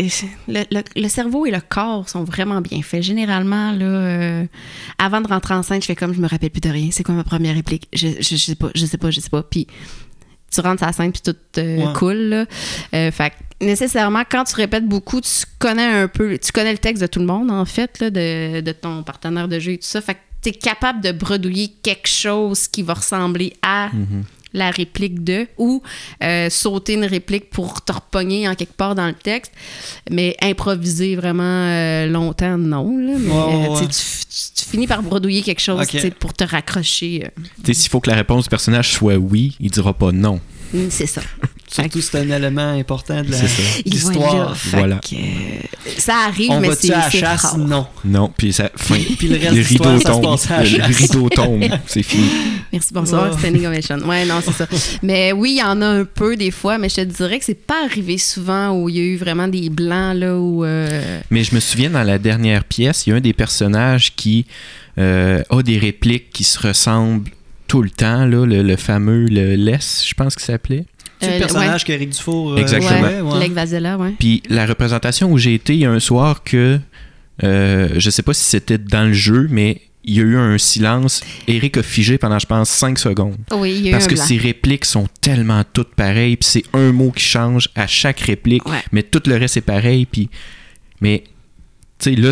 le cerveau et le corps sont vraiment bien faits. Généralement, là, avant de rentrer en scène, je fais comme je me rappelle plus de rien. C'est quoi ma première réplique? Je sais pas. Puis tu rentres à la scène puis tout coule. Là. Fait que nécessairement, quand tu répètes beaucoup, tu connais le texte de tout le monde, en fait, là, de ton partenaire de jeu et tout ça. Fait que tu es capable de bredouiller quelque chose qui va ressembler à la réplique ou sauter une réplique pour te repogner en quelque part dans le texte. Mais improviser vraiment longtemps, non. Là, mais tu finis par bredouiller quelque chose pour te raccrocher. S'il faut que la réponse du personnage soit oui, il dira pas non. C'est ça. Surtout, c'est un élément important de l'histoire. Voilà. Ça arrive, on mais va-tu à la chasse? Rare. Non. Puis ça fin. Puis le reste de l'histoire, ça se passe à la chasse. Le rideau tombe. C'est fini. Merci, bonsoir. Standing ovation. Ouais, non, c'est ça. Mais oui, il y en a un peu des fois, mais je te dirais que c'est pas arrivé souvent où il y a eu vraiment des blancs, là, où... Mais je me souviens, dans la dernière pièce, il y a un des personnages qui a des répliques qui se ressemblent tout le temps, là, le fameux je pense qu'il s'appelait. C'est le personnage qu'Éric Dufour... Exactement. Lec Vazella, ouais. Puis la représentation où j'ai été, il y a un soir que, je sais pas si c'était dans le jeu, mais il y a eu un silence. Éric a figé pendant, je pense, 5 secondes. Oui, il y a eu parce un que blanc. ses répliques sont tellement toutes pareilles, puis c'est un mot qui change à chaque réplique, mais tout le reste est pareil. Puis... Mais, tu sais, là,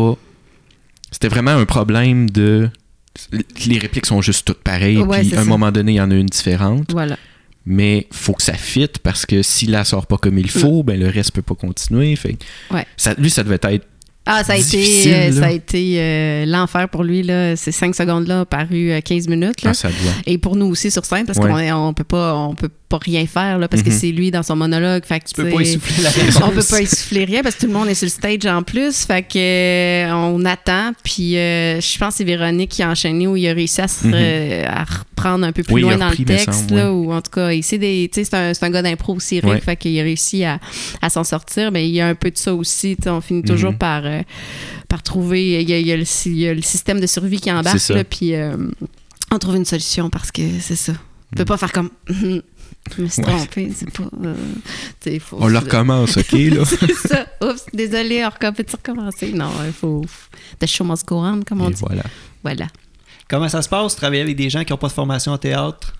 c'était vraiment un problème de... Les répliques sont juste toutes pareilles, puis à un moment donné, il y en a une différente. Voilà. Mais faut que ça fitte, parce que s'il la sort pas comme il faut, ben le reste peut pas continuer. Fait lui, ça devait être ça a été l'enfer pour lui, là. Ces 5 secondes-là ont paru 15 minutes. Là. Ça doit. Et pour nous aussi sur scène, parce qu'on peut pas rien faire, là, parce que c'est lui dans son monologue. Fait que, tu peux pas essouffler la réponse. On peut pas essouffler rien parce que tout le monde est sur le stage en plus. Fait que on attend. Puis je pense que c'est Véronique qui a enchaîné où il a réussi à reprendre un peu plus loin dans le texte, là, ou en tout cas, c'est un gars d'impro aussi, Rick, fait qu'il a réussi à s'en sortir, mais il y a un peu de ça aussi, on finit toujours par trouver, il y a le système de survie qui embarque, là, puis on trouve une solution parce que c'est ça. On peut pas faire comme... Je me suis trompée, c'est pas... on le recommence, OK, là? C'est ça. Oups, désolé, peut-tu recommencer? Non, il faut... The show must go on, comme on dit. Voilà. Comment ça se passe, travailler avec des gens qui n'ont pas de formation en théâtre?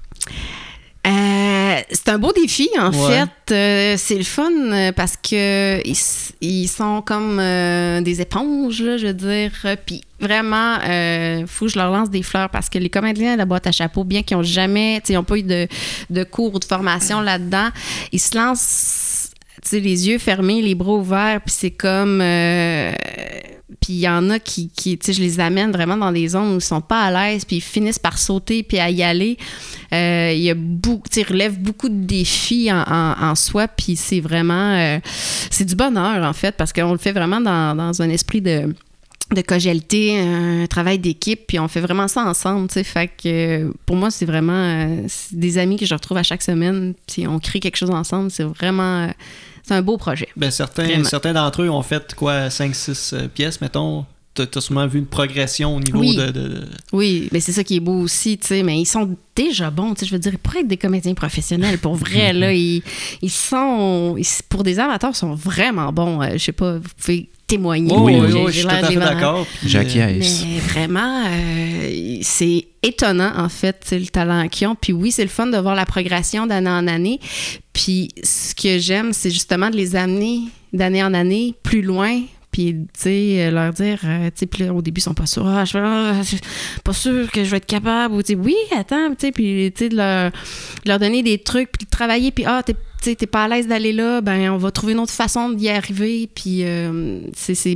C'est un beau défi, en fait. C'est le fun parce que ils sont comme des éponges, là, je veux dire. Puis vraiment, faut que je leur lance des fleurs parce que les comédiens de la boîte à chapeau, bien qu'ils n'ont pas eu de cours ou de formation là-dedans, ils se lancent les yeux fermés, les bras ouverts, puis c'est comme... Puis il y en a qui je les amène vraiment dans des zones où ils sont pas à l'aise, puis ils finissent par sauter puis à y aller. Il y a ils relèvent beaucoup de défis en soi, puis c'est vraiment... c'est du bonheur, en fait, parce qu'on le fait vraiment dans un esprit de collégialité, un travail d'équipe, puis on fait vraiment ça ensemble, tu sais. Fait que pour moi, c'est vraiment c'est des amis que je retrouve à chaque semaine, puis on crée quelque chose ensemble. C'est vraiment... c'est un beau projet. Ben certains d'entre eux ont fait 5-6 pièces, mettons. T'as sûrement vu une progression au niveau de... Oui, mais c'est ça qui est beau aussi, tu sais, mais ils sont déjà bons, tu sais, je veux dire, ils pourraient être des comédiens professionnels, pour vrai, là, ils sont... pour des amateurs, ils sont vraiment bons, je sais pas, vous pouvez témoigner. Oui, je suis tout à fait d'accord. J'acquiesce. Mais vraiment, c'est étonnant, en fait, le talent qu'ils ont, puis oui, c'est le fun de voir la progression d'année en année, puis ce que j'aime, c'est justement de les amener d'année en année plus loin, puis, tu sais, leur dire, tu sais, puis au début, ils sont pas sûrs. Je suis pas sûre que je vais être capable. Ou, tu sais, oui, attends, tu sais, puis, tu sais, de leur donner des trucs, puis de travailler, puis, t'es pas à l'aise d'aller là, ben, on va trouver une autre façon d'y arriver. Puis, c'est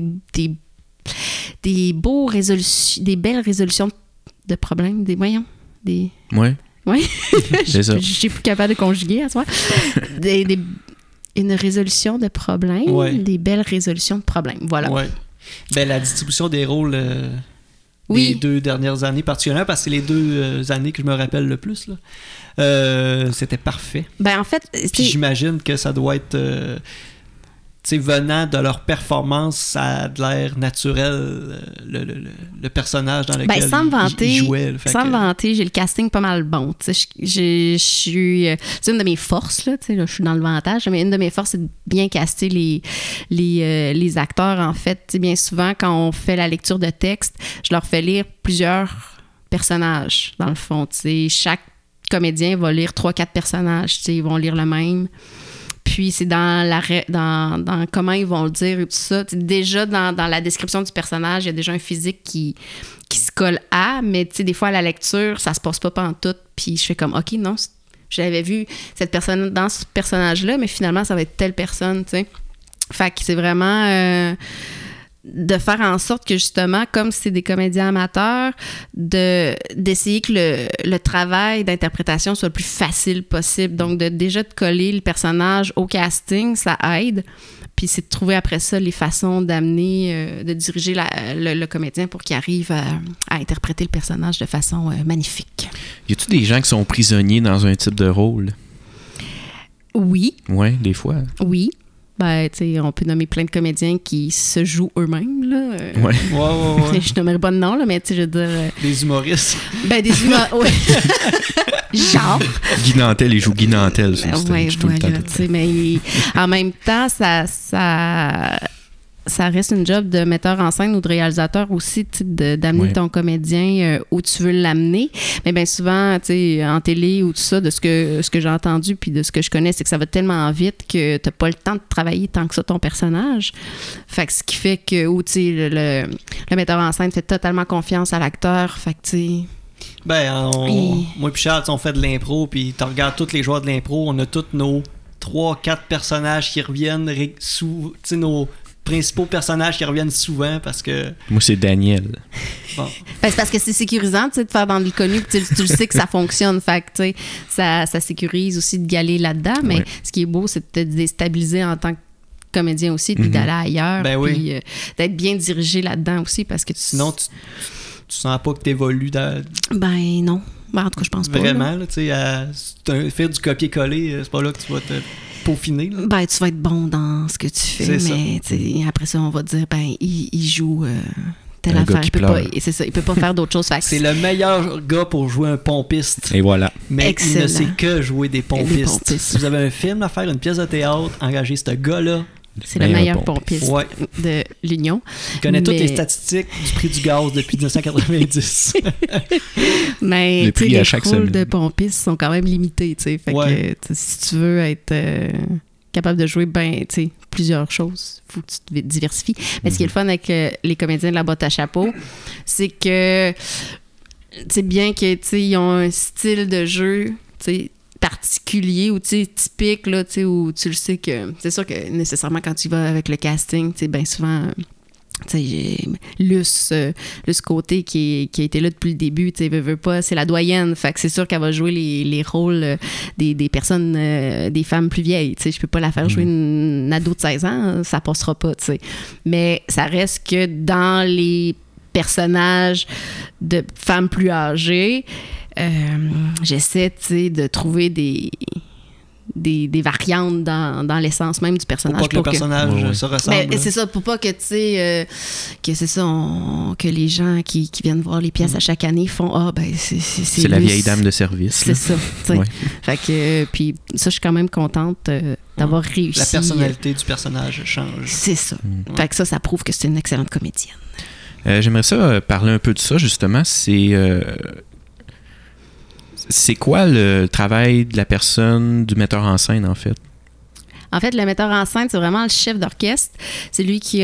des belles résolutions de problèmes, Ouais. Oui. C'est ça. Je suis plus capable de conjuguer à soi. Une résolution de problèmes, des belles résolutions de problèmes. Voilà. Ouais. Ben, la distribution des rôles des 2 dernières années, particulièrement parce que c'est les 2 années que je me rappelle le plus, là. C'était parfait. Ben, en fait, puis j'imagine que ça doit être... venant de leur performance, ça a de l'air naturel, le personnage dans lequel ils jouaient. Sans me vanter, j'ai le casting pas mal bon. C'est une de mes forces, là, je suis dans le vantage, mais une de mes forces, c'est de bien caster les acteurs, en fait. Bien souvent, quand on fait la lecture de texte, je leur fais lire plusieurs personnages, dans le fond. Chaque comédien va lire 3-4 personnages. Ils vont lire le même. Puis c'est dans comment ils vont le dire et tout ça. Déjà, dans la description du personnage, il y a déjà un physique qui se colle à, mais des fois, à la lecture, ça se passe pas pantoute. Puis je fais comme, OK, non, j'avais vu cette personne dans ce personnage-là, mais finalement, ça va être telle personne, tu sais. Fait que c'est vraiment... de faire en sorte que, justement, comme c'est des comédiens amateurs, d'essayer que le travail d'interprétation soit le plus facile possible. Donc, déjà de coller le personnage au casting, ça aide. Puis c'est de trouver après ça les façons d'amener, de diriger le comédien pour qu'il arrive à interpréter le personnage de façon magnifique. Y a-t-il des gens qui sont prisonniers dans un type de rôle? Oui. Oui, des fois. Oui. Ben, tu sais, on peut nommer plein de comédiens qui se jouent eux-mêmes, là. Ouais. Je nommerai pas de nom, là, mais tu sais, je veux dire... Des humoristes. Ben, des humoristes, ouais. Genre. Guy Nantel, il joue Guy Nantel sur le stage. Ouais, voilà, tu sais, mais en même temps, ça reste une job de metteur en scène ou de réalisateur aussi, d'amener ton comédien où tu veux l'amener. Mais bien souvent, tu sais, en télé ou tout ça, de ce que j'ai entendu puis de ce que je connais, c'est que ça va tellement vite que t'as pas le temps de travailler tant que ça ton personnage. Fait que ce qui fait que, tu sais, le metteur en scène fait totalement confiance à l'acteur. Fait que, tu sais... Ben, moi et Charles, on fait de l'impro, puis tu regardes tous les joueurs de l'impro, on a tous nos 3-4 personnages qui reviennent sous, tu sais, nos principaux personnages qui reviennent souvent parce que... Moi, c'est Daniel. Bon. Ben, c'est parce que c'est sécurisant, tu sais, de faire dans le connu, tu le sais que ça fonctionne, fait que, tu sais, ça sécurise aussi de galer là-dedans, mais ce qui est beau, c'est de te déstabiliser en tant que comédien aussi, puis d'aller ailleurs, puis d'être bien dirigé là-dedans aussi, parce que... Sinon, tu sens pas que t'évolues dans... Ben non. Ben, en tout cas, je pense pas. Vraiment, là, tu sais, faire du copier-coller, c'est pas là que tu vas te peaufiner. Là. Ben, tu vas être bon dans ce que tu fais, mais après ça, on va te dire, ben, il joue telle affaire. C'est ça, il peut pas faire d'autres choses. C'est le meilleur gars pour jouer un pompiste. Et voilà. Mais il ne sait que jouer des pompistes. Si vous avez un film à faire, une pièce de théâtre, engagez ce gars-là. C'est le meilleur pompiste de l'Union. Il connaît toutes les statistiques du prix du gaz depuis 1990. Mais les prix à chaque semaine de pompistes sont quand même limités. Fait que si tu veux être capable de jouer plusieurs choses, il faut que tu te diversifies. Mais ce qui est le fun avec les comédiens de la boîte à chapeau, c'est que c'est bien qu'ils ont un style de jeu particulier ou typique là, où tu le sais que c'est sûr que nécessairement quand tu vas avec le casting, bien souvent Luce Côté qui a été là depuis le début, veut pas, c'est la doyenne, fait que c'est sûr qu'elle va jouer les rôles des personnes, des femmes plus vieilles, je peux pas la faire jouer une ado de 16 ans, ça passera pas, mais ça reste que dans les personnages de femmes plus âgées, j'essaie de trouver des variantes dans l'essence même du personnage. Pour pas que le personnage se ressemble. Mais c'est ça, pour pas que que c'est ça, que les gens qui viennent voir les pièces à chaque année font c'est la vieille dame de service. C'est ça. Fait que puis ça, je suis quand même contente d'avoir réussi. La personnalité du personnage change. C'est ça. Fait que ça prouve que c'est une excellente comédienne. J'aimerais ça parler un peu de ça, justement. C'est quoi le travail de la personne, du metteur en scène, en fait? En fait, le metteur en scène, c'est vraiment le chef d'orchestre. C'est lui qui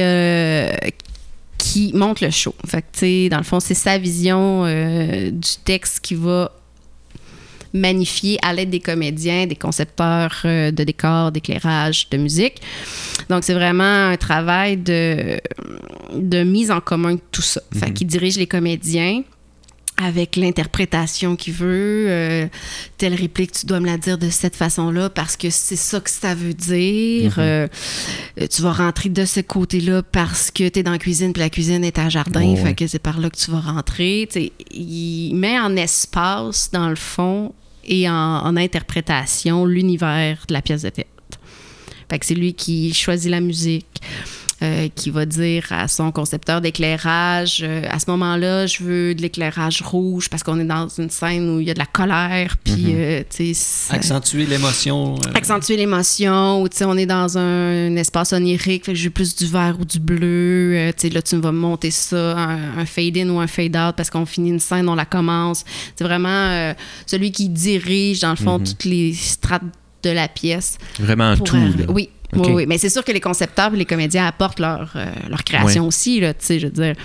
monte le show. Fait que, tu sais, dans le fond, c'est sa vision du texte qui va magnifier à l'aide des comédiens, des concepteurs de décors, d'éclairage, de musique. Donc, c'est vraiment un travail de mise en commun de tout ça. Fait qu'il dirige les comédiens avec l'interprétation qu'il veut. Telle réplique, tu dois me la dire de cette façon-là parce que c'est ça que ça veut dire. Tu vas rentrer de ce côté-là parce que tu es dans la cuisine puis la cuisine est à jardin, fait que c'est par là que tu vas rentrer. T'sais, il met en espace, dans le fond, et en interprétation, l'univers de la pièce de théâtre. Fait que c'est lui qui choisit la musique, qui va dire à son concepteur d'éclairage, à ce moment-là, je veux de l'éclairage rouge parce qu'on est dans une scène où il y a de la colère, puis tu sais... Accentuer l'émotion. Accentuer l'émotion, ou tu sais, on est dans un espace onirique, fait que je veux plus du vert ou du bleu, tu sais, là, tu vas monter ça, un fade-in ou un fade-out parce qu'on finit une scène, on la commence. C'est vraiment celui qui dirige, dans le fond, toutes les strates de la pièce. Vraiment tout, là. Oui. Okay. Oui, mais c'est sûr que les concepteurs et les comédiens apportent leur création aussi, là, tu sais, je veux dire,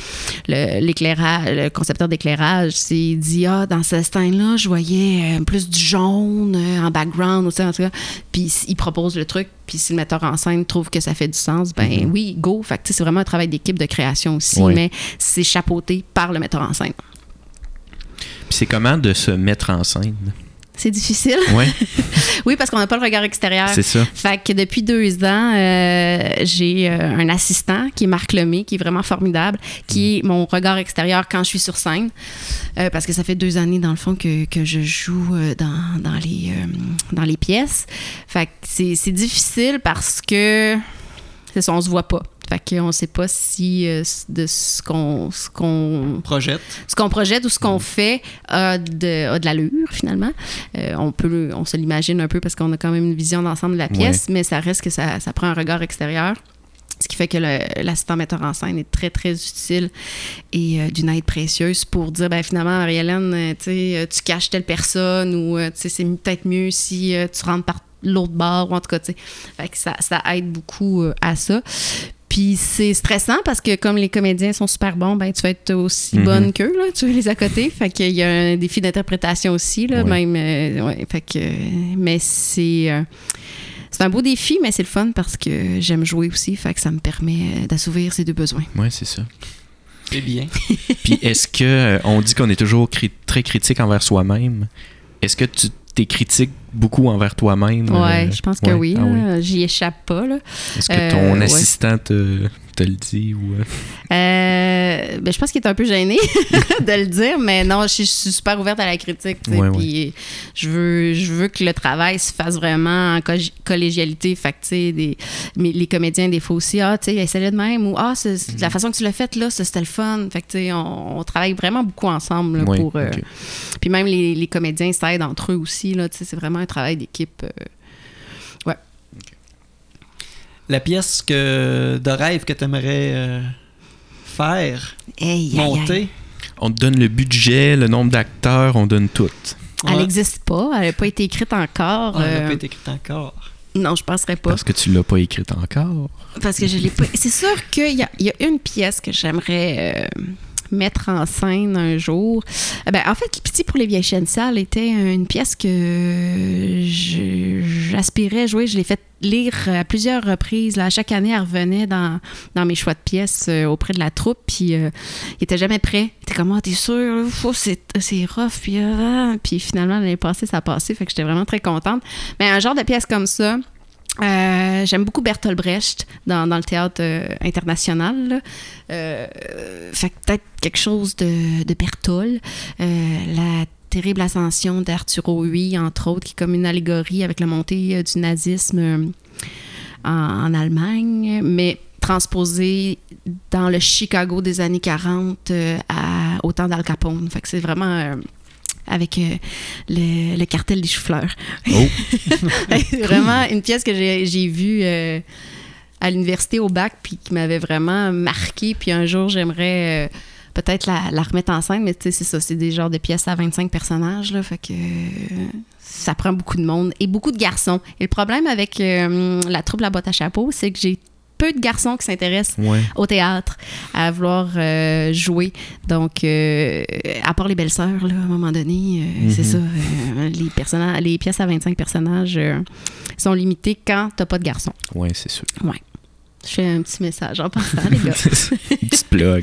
le concepteur d'éclairage, il dit, dans cette scène-là, je voyais plus du jaune en background, ou en tout cas, puis il propose le truc, puis si le metteur en scène trouve que ça fait du sens, ben oui, go, fait que c'est vraiment un travail d'équipe de création aussi, mais c'est chapeauté par le metteur en scène. Puis c'est comment de se mettre en scène? C'est difficile. Ouais. Oui, parce qu'on n'a pas le regard extérieur. C'est ça. Fait que depuis 2 ans, j'ai un assistant qui est Marc Lemay, qui est vraiment formidable, qui est mon regard extérieur quand je suis sur scène. Parce que ça fait 2 années, dans le fond, que je joue dans les pièces. Fait que c'est difficile parce que c'est ça, on se voit pas. Fait qu'on ne sait pas si de ce qu'on projette. Ce qu'on projette ou ce qu'on fait a de l'allure, finalement. On se l'imagine un peu parce qu'on a quand même une vision d'ensemble de la pièce, mais ça reste que ça prend un regard extérieur. Ce qui fait que l'assistant metteur en scène est très, très utile et d'une aide précieuse pour dire, finalement, Marie-Hélène, tu caches telle personne ou c'est peut-être mieux si tu rentres par l'autre bord ou en tout cas, tu sais. Fait que ça aide beaucoup à ça. Puis c'est stressant parce que comme les comédiens sont super bons, tu vas être aussi bonne qu'eux, là, tu veux les à côté. Fait qu'il y a un défi d'interprétation aussi, là, même. Fait que, mais c'est un beau défi, mais c'est le fun parce que j'aime jouer aussi. Fait que ça me permet d'assouvir ces 2 besoins. Oui, c'est ça. C'est bien. Puis est-ce que on dit qu'on est toujours très critique envers soi-même? Est-ce que tu t'es critique beaucoup envers toi-même? Oui, je pense que oui. J'y échappe pas. Là. Est-ce que ton assistant te te le dit? Ou... Ben, je pense qu'il est un peu gêné de le dire, mais non, je suis super ouverte à la critique. Puis je veux que le travail se fasse vraiment en collégialité. Fait que, les comédiens, des fois aussi, essaie-le de même, ou c'est la façon que tu l'as fait, là, c'était le fun. Fait que, on travaille vraiment beaucoup ensemble là, pour... Puis même les comédiens s'aident entre eux aussi. Là, c'est vraiment un travail d'équipe. Ouais. La pièce de rêve que tu aimerais faire, monter. On te donne le budget, le nombre d'acteurs, on donne tout. Elle n'existe pas, elle n'a pas été écrite encore. Elle n'a pas été écrite encore. Non, je ne penserais pas. Parce que tu ne l'as pas écrite encore. Parce que je l'ai pas. C'est sûr qu'il y a une pièce que j'aimerais mettre en scène un jour. En fait, Pitié pour les vieilles chiennes sales était une pièce que j'aspirais jouer. Je l'ai fait lire à plusieurs reprises. Là. Chaque année, elle revenait dans mes choix de pièces auprès de la troupe, puis il était jamais prêt. Il était comme, t'es sûr? C'est rough. Puis finalement, l'année passée, ça a passé. Fait que j'étais vraiment très contente. Mais un genre de pièce comme ça, j'aime beaucoup Bertolt Brecht dans le théâtre international. Fait que peut-être quelque chose de Bertolt. La terrible ascension d'Arturo Ui, entre autres, qui est comme une allégorie avec la montée du nazisme en Allemagne, mais transposée dans le Chicago des années 40 au temps d'Al Capone. Fait que c'est vraiment... avec le cartel des choux-fleurs. Oh! Vraiment une pièce que j'ai vue à l'université au bac puis qui m'avait vraiment marquée. Puis un jour, j'aimerais peut-être la remettre en scène, mais tu sais, c'est ça, c'est des genres de pièces à 25 personnages, là, fait que ça prend beaucoup de monde et beaucoup de garçons. Et le problème avec la troupe La Boîte à Chapeau, c'est que j'ai peu de garçons qui s'intéressent au théâtre, à vouloir jouer. Donc, à part les belles-sœurs, là, à un moment donné, c'est ça. Les pièces à 25 personnages sont limitées quand t'as pas de garçons. Oui, c'est sûr. Ouais. Je fais un petit message en passant, les gars. Une petite plug.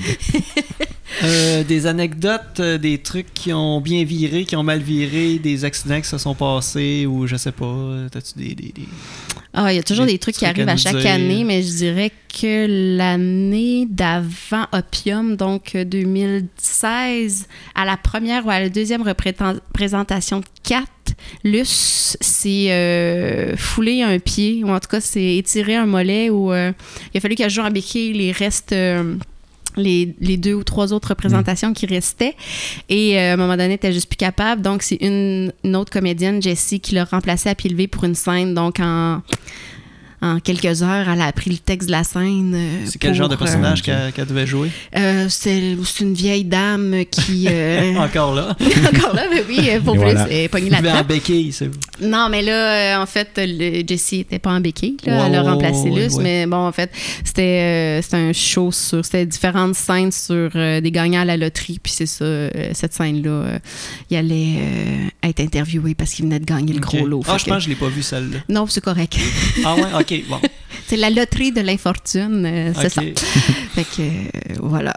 Des anecdotes, des trucs qui ont bien viré, qui ont mal viré, des accidents qui se sont passés, ou je sais pas, t'as-tu des... Ah, il y a toujours des trucs qui arrivent à chaque année, mais je dirais que l'année d'avant Opium, donc 2016, à la première ou à la deuxième représentation de 4, Luce s'est foulé un pied, ou en tout cas s'est étiré un mollet, où il a fallu qu'elle joue en béquille les restes... Les 2 ou 3 autres représentations qui restaient. Et à un moment donné, elle n'était juste plus capable. Donc, c'est une autre comédienne, Jessie, qui l'a remplacée à pied levé pour une scène. Donc, en quelques heures, elle a appris le texte de la scène. C'est quel genre de personnage qu'elle devait jouer? C'est une vieille dame qui... Encore là? Encore là, mais oui, pour plus, elle est pognée la tête. Mais en béquille, c'est vous. Non, mais là, en fait, Jessie n'était pas en béquille. Là, elle a remplacé Luce, mais bon, en fait, c'était un show c'était différentes scènes sur des gagnants à la loterie, puis c'est ça, cette scène-là, il allait être interviewé parce qu'il venait de gagner le gros lot. Je pense que je l'ai pas vu, celle-là. Non, c'est correct. Ah ouais? OK, bon. C'est la loterie de l'infortune, c'est ça. Fait que, voilà.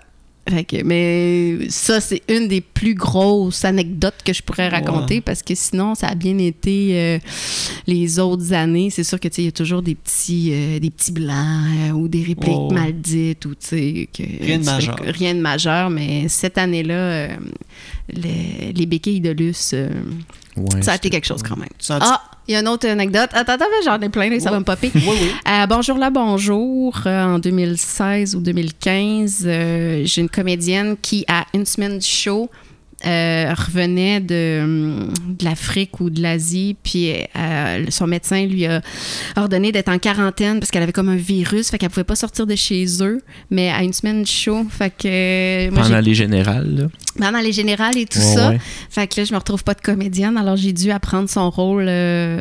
Mais ça, c'est une des plus grosses anecdotes que je pourrais raconter parce que sinon, ça a bien été les autres années. C'est sûr que il y a toujours des petits blancs ou des répliques mal dites. Ou, rien de majeur. Rien de majeur, mais cette année-là, les béquilles de Luce, ça a été quelque chose quand même. Il y a une autre anecdote. Attends, j'en ai plein, là, ça va me popper. Bonjour là, bonjour. En 2016 ou 2015, j'ai une comédienne qui, à une semaine du show, revenait de l'Afrique ou de l'Asie, puis son médecin lui a ordonné d'être en quarantaine parce qu'elle avait comme un virus, fait qu'elle pouvait pas sortir de chez eux, mais à une semaine du show, fait que... Pendant les générales, là? Pendant les générales et tout ça. Fait que là, je me retrouve pas de comédienne, alors j'ai dû apprendre son rôle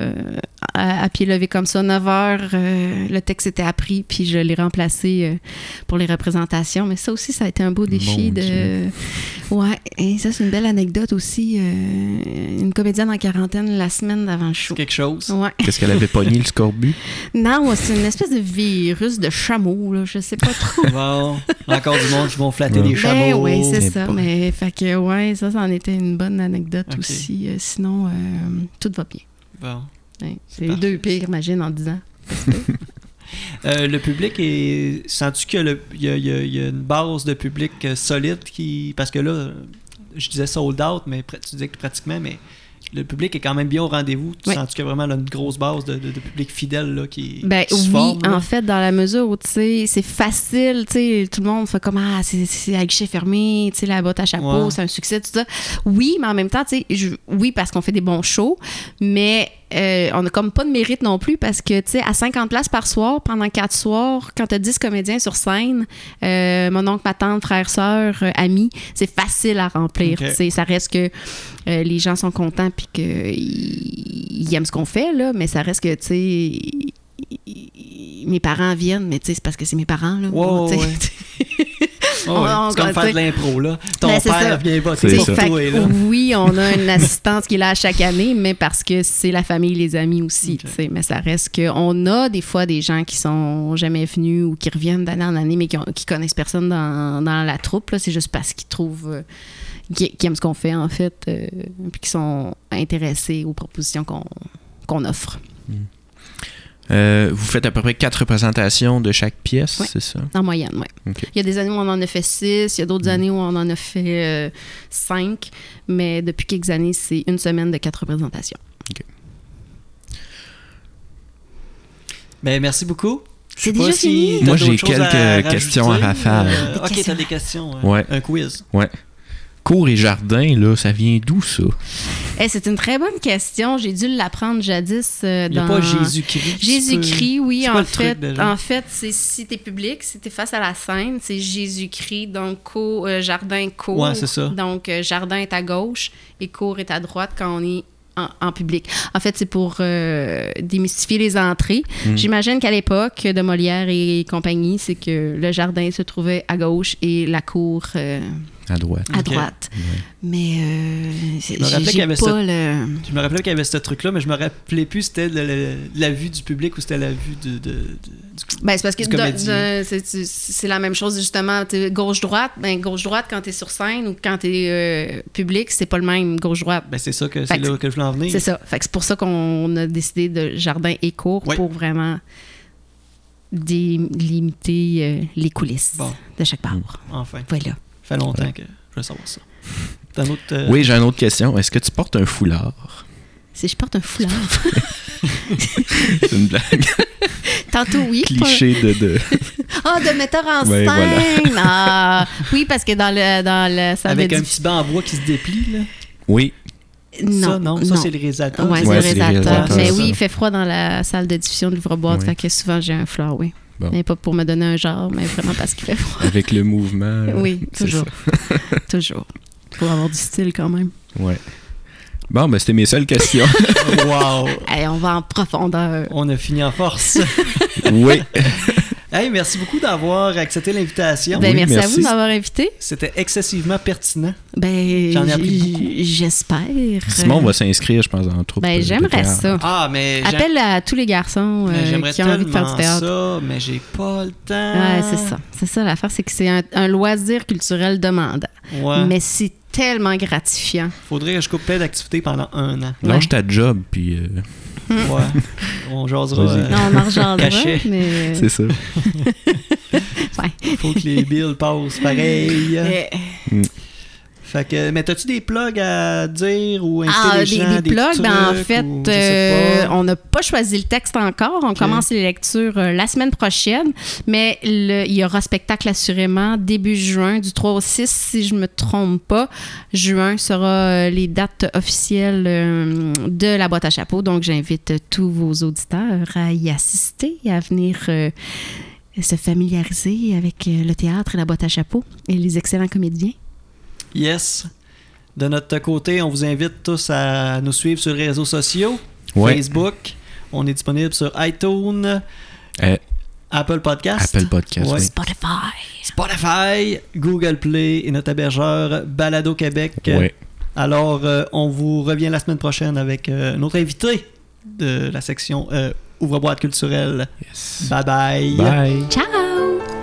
à pied levé comme ça. 9 heures, le texte était appris, puis je l'ai remplacé pour les représentations, mais ça aussi, ça a été un beau défi Ouais, et ça, c'est une belle anecdote aussi. Une comédienne en quarantaine la semaine d'avant le show. Quelque chose. Ouais. Qu'est-ce qu'elle avait pogné, le scorbut? Non, c'est une espèce de virus de chameau, là. Je sais pas trop. Bon, encore du monde qui vont flatter les chameaux. Oui, c'est ça. Mais fait que, ça en était une bonne anecdote aussi. Sinon, tout va bien. Bon. Ouais, c'est les 2 pires, imagine, en 10 ans. Le public est... Sens-tu qu'il y a une base de public solide qui... Parce que là, je disais sold out, mais tu disais que pratiquement, mais le public est quand même bien au rendez-vous. Tu sens-tu qu'il y a vraiment là, une grosse base de public fidèle là, qui se forme? Oui, en fait, dans la mesure où, tu sais, c'est facile, tu sais, tout le monde fait comme, c'est à guichet fermé, tu sais, la botte à chapeau, c'est un succès, tout ça. Oui, mais en même temps, tu sais, oui, parce qu'on fait des bons shows, mais on n'a comme pas de mérite non plus parce que, tu sais, à 50 places par soir, pendant 4 soirs, quand tu as 10 comédiens sur scène, mon oncle, ma tante, frère, sœur, amis, c'est facile à remplir. Tu sais, ça reste que les gens sont contents puis qu'ils aiment ce qu'on fait, là, mais ça reste que, tu sais, mes parents viennent, mais tu sais, c'est parce que c'est mes parents, là. Wow, ouais. C'est comme faire de l'impro, là. Ton père vient voter pour toi, là. Oui, on a une assistante qui est là chaque année, mais parce que c'est la famille, les amis aussi, tu sais. Mais ça reste qu'on a des fois des gens qui sont jamais venus ou qui reviennent d'année en année, mais qui connaissent personne dans la troupe, là. C'est juste parce qu'ils trouvent... qui aiment ce qu'on fait, en fait, puis qui sont intéressés aux propositions qu'on offre. Vous faites à peu près 4 représentations de chaque pièce, c'est ça? En moyenne, oui. Okay. Il y a des années où on en a fait 6, il y a d'autres années où on en a fait 5, mais depuis quelques années, c'est une semaine de 4 représentations. OK. Ben, merci beaucoup. C'est déjà fini. Moi, j'ai quelques questions à rafale. OK, t'as des questions. Ouais. Un quiz. Ouais. Cours et jardin, là, ça vient d'où, ça? C'est une très bonne question. J'ai dû l'apprendre jadis Il n'y a pas Jésus-Christ. Jésus-Christ, oui. C'est en fait, c'est si t'es public, si t'es face à la scène, c'est Jésus-Christ, donc jardin, cours. Ouais, c'est ça. Donc, jardin est à gauche et cours est à droite quand on est en public. En fait, c'est pour démystifier les entrées. J'imagine qu'à l'époque de Molière et compagnie, c'est que le jardin se trouvait à gauche et la cour... à droite. À droite. Ouais. Mais je me rappelais qu'il y avait ce truc-là, mais je me rappelais plus si c'était la vue du public ou c'était la vue du c'est parce que c'est la même chose, justement. Gauche-droite, gauche-droite quand tu es sur scène ou quand tu es public, c'est pas le même gauche-droite. C'est ça que c'est là que je voulais en venir. C'est ça. Fait que c'est pour ça qu'on a décidé de jardin et cours pour vraiment délimiter les coulisses de chaque part. Enfin. Voilà. Ça fait longtemps que je veux savoir ça. Oui, j'ai une autre question. Est-ce que tu portes un foulard? Si je porte un foulard. C'est une blague. Tantôt, oui. Cliché de... de metteur en scène. Voilà. Oui, parce que dans le salle avec un petit banc en bois qui se déplie, là. Oui. Non. Ça, c'est le réalisateur. Oui, c'est le réalisateur. Mais oui, il fait froid dans la salle de diffusion de l'ouvre-boîte. Fait que souvent, j'ai un foulard, oui. Bon. Mais pas pour me donner un genre, mais vraiment parce qu'il fait froid. Avec le mouvement. Oui, toujours. Toujours. Pour avoir du style quand même. Ouais. Bon, c'était mes seules questions. Wow! Hey, on va en profondeur. On a fini en force. Oui. Hey, merci beaucoup d'avoir accepté l'invitation. Merci à vous de m'avoir invité. C'était excessivement pertinent. J'en ai appris beaucoup. J'espère. Simon va s'inscrire, je pense, en troupe. J'aimerais ça. Appelle à tous les garçons qui ont envie de faire du théâtre. Ça, mais j'ai pas le temps. Ouais, c'est ça. C'est ça l'affaire, c'est que c'est un loisir culturel demandant. Ouais. Mais c'est tellement gratifiant. Faudrait que je coupe plein d'activités pendant 1 an. Lâche ta job, puis... Ouais, on jasera. Non, on en rejasera, mais... C'est ça. Faut que les bills passent pareil. Fait que, mais t'as-tu des plugs à dire ou inviter les gens? Des plugs, trucs, en fait, on n'a pas choisi le texte encore. On commence les lectures la semaine prochaine, mais il y aura spectacle assurément début juin, du 3 au 6, si je me trompe pas. Juin sera les dates officielles de la boîte à chapeau, donc j'invite tous vos auditeurs à y assister, à venir se familiariser avec le théâtre et la boîte à chapeau et les excellents comédiens. Yes. De notre côté, on vous invite tous à nous suivre sur les réseaux sociaux. Facebook. On est disponible sur iTunes, Apple Podcast. Oui. Spotify, Google Play et notre hébergeur Balado Québec. Oui. Alors, on vous revient la semaine prochaine avec notre invité de la section Ouvre-boîte culturelle. Yes. Bye bye. Bye. Ciao.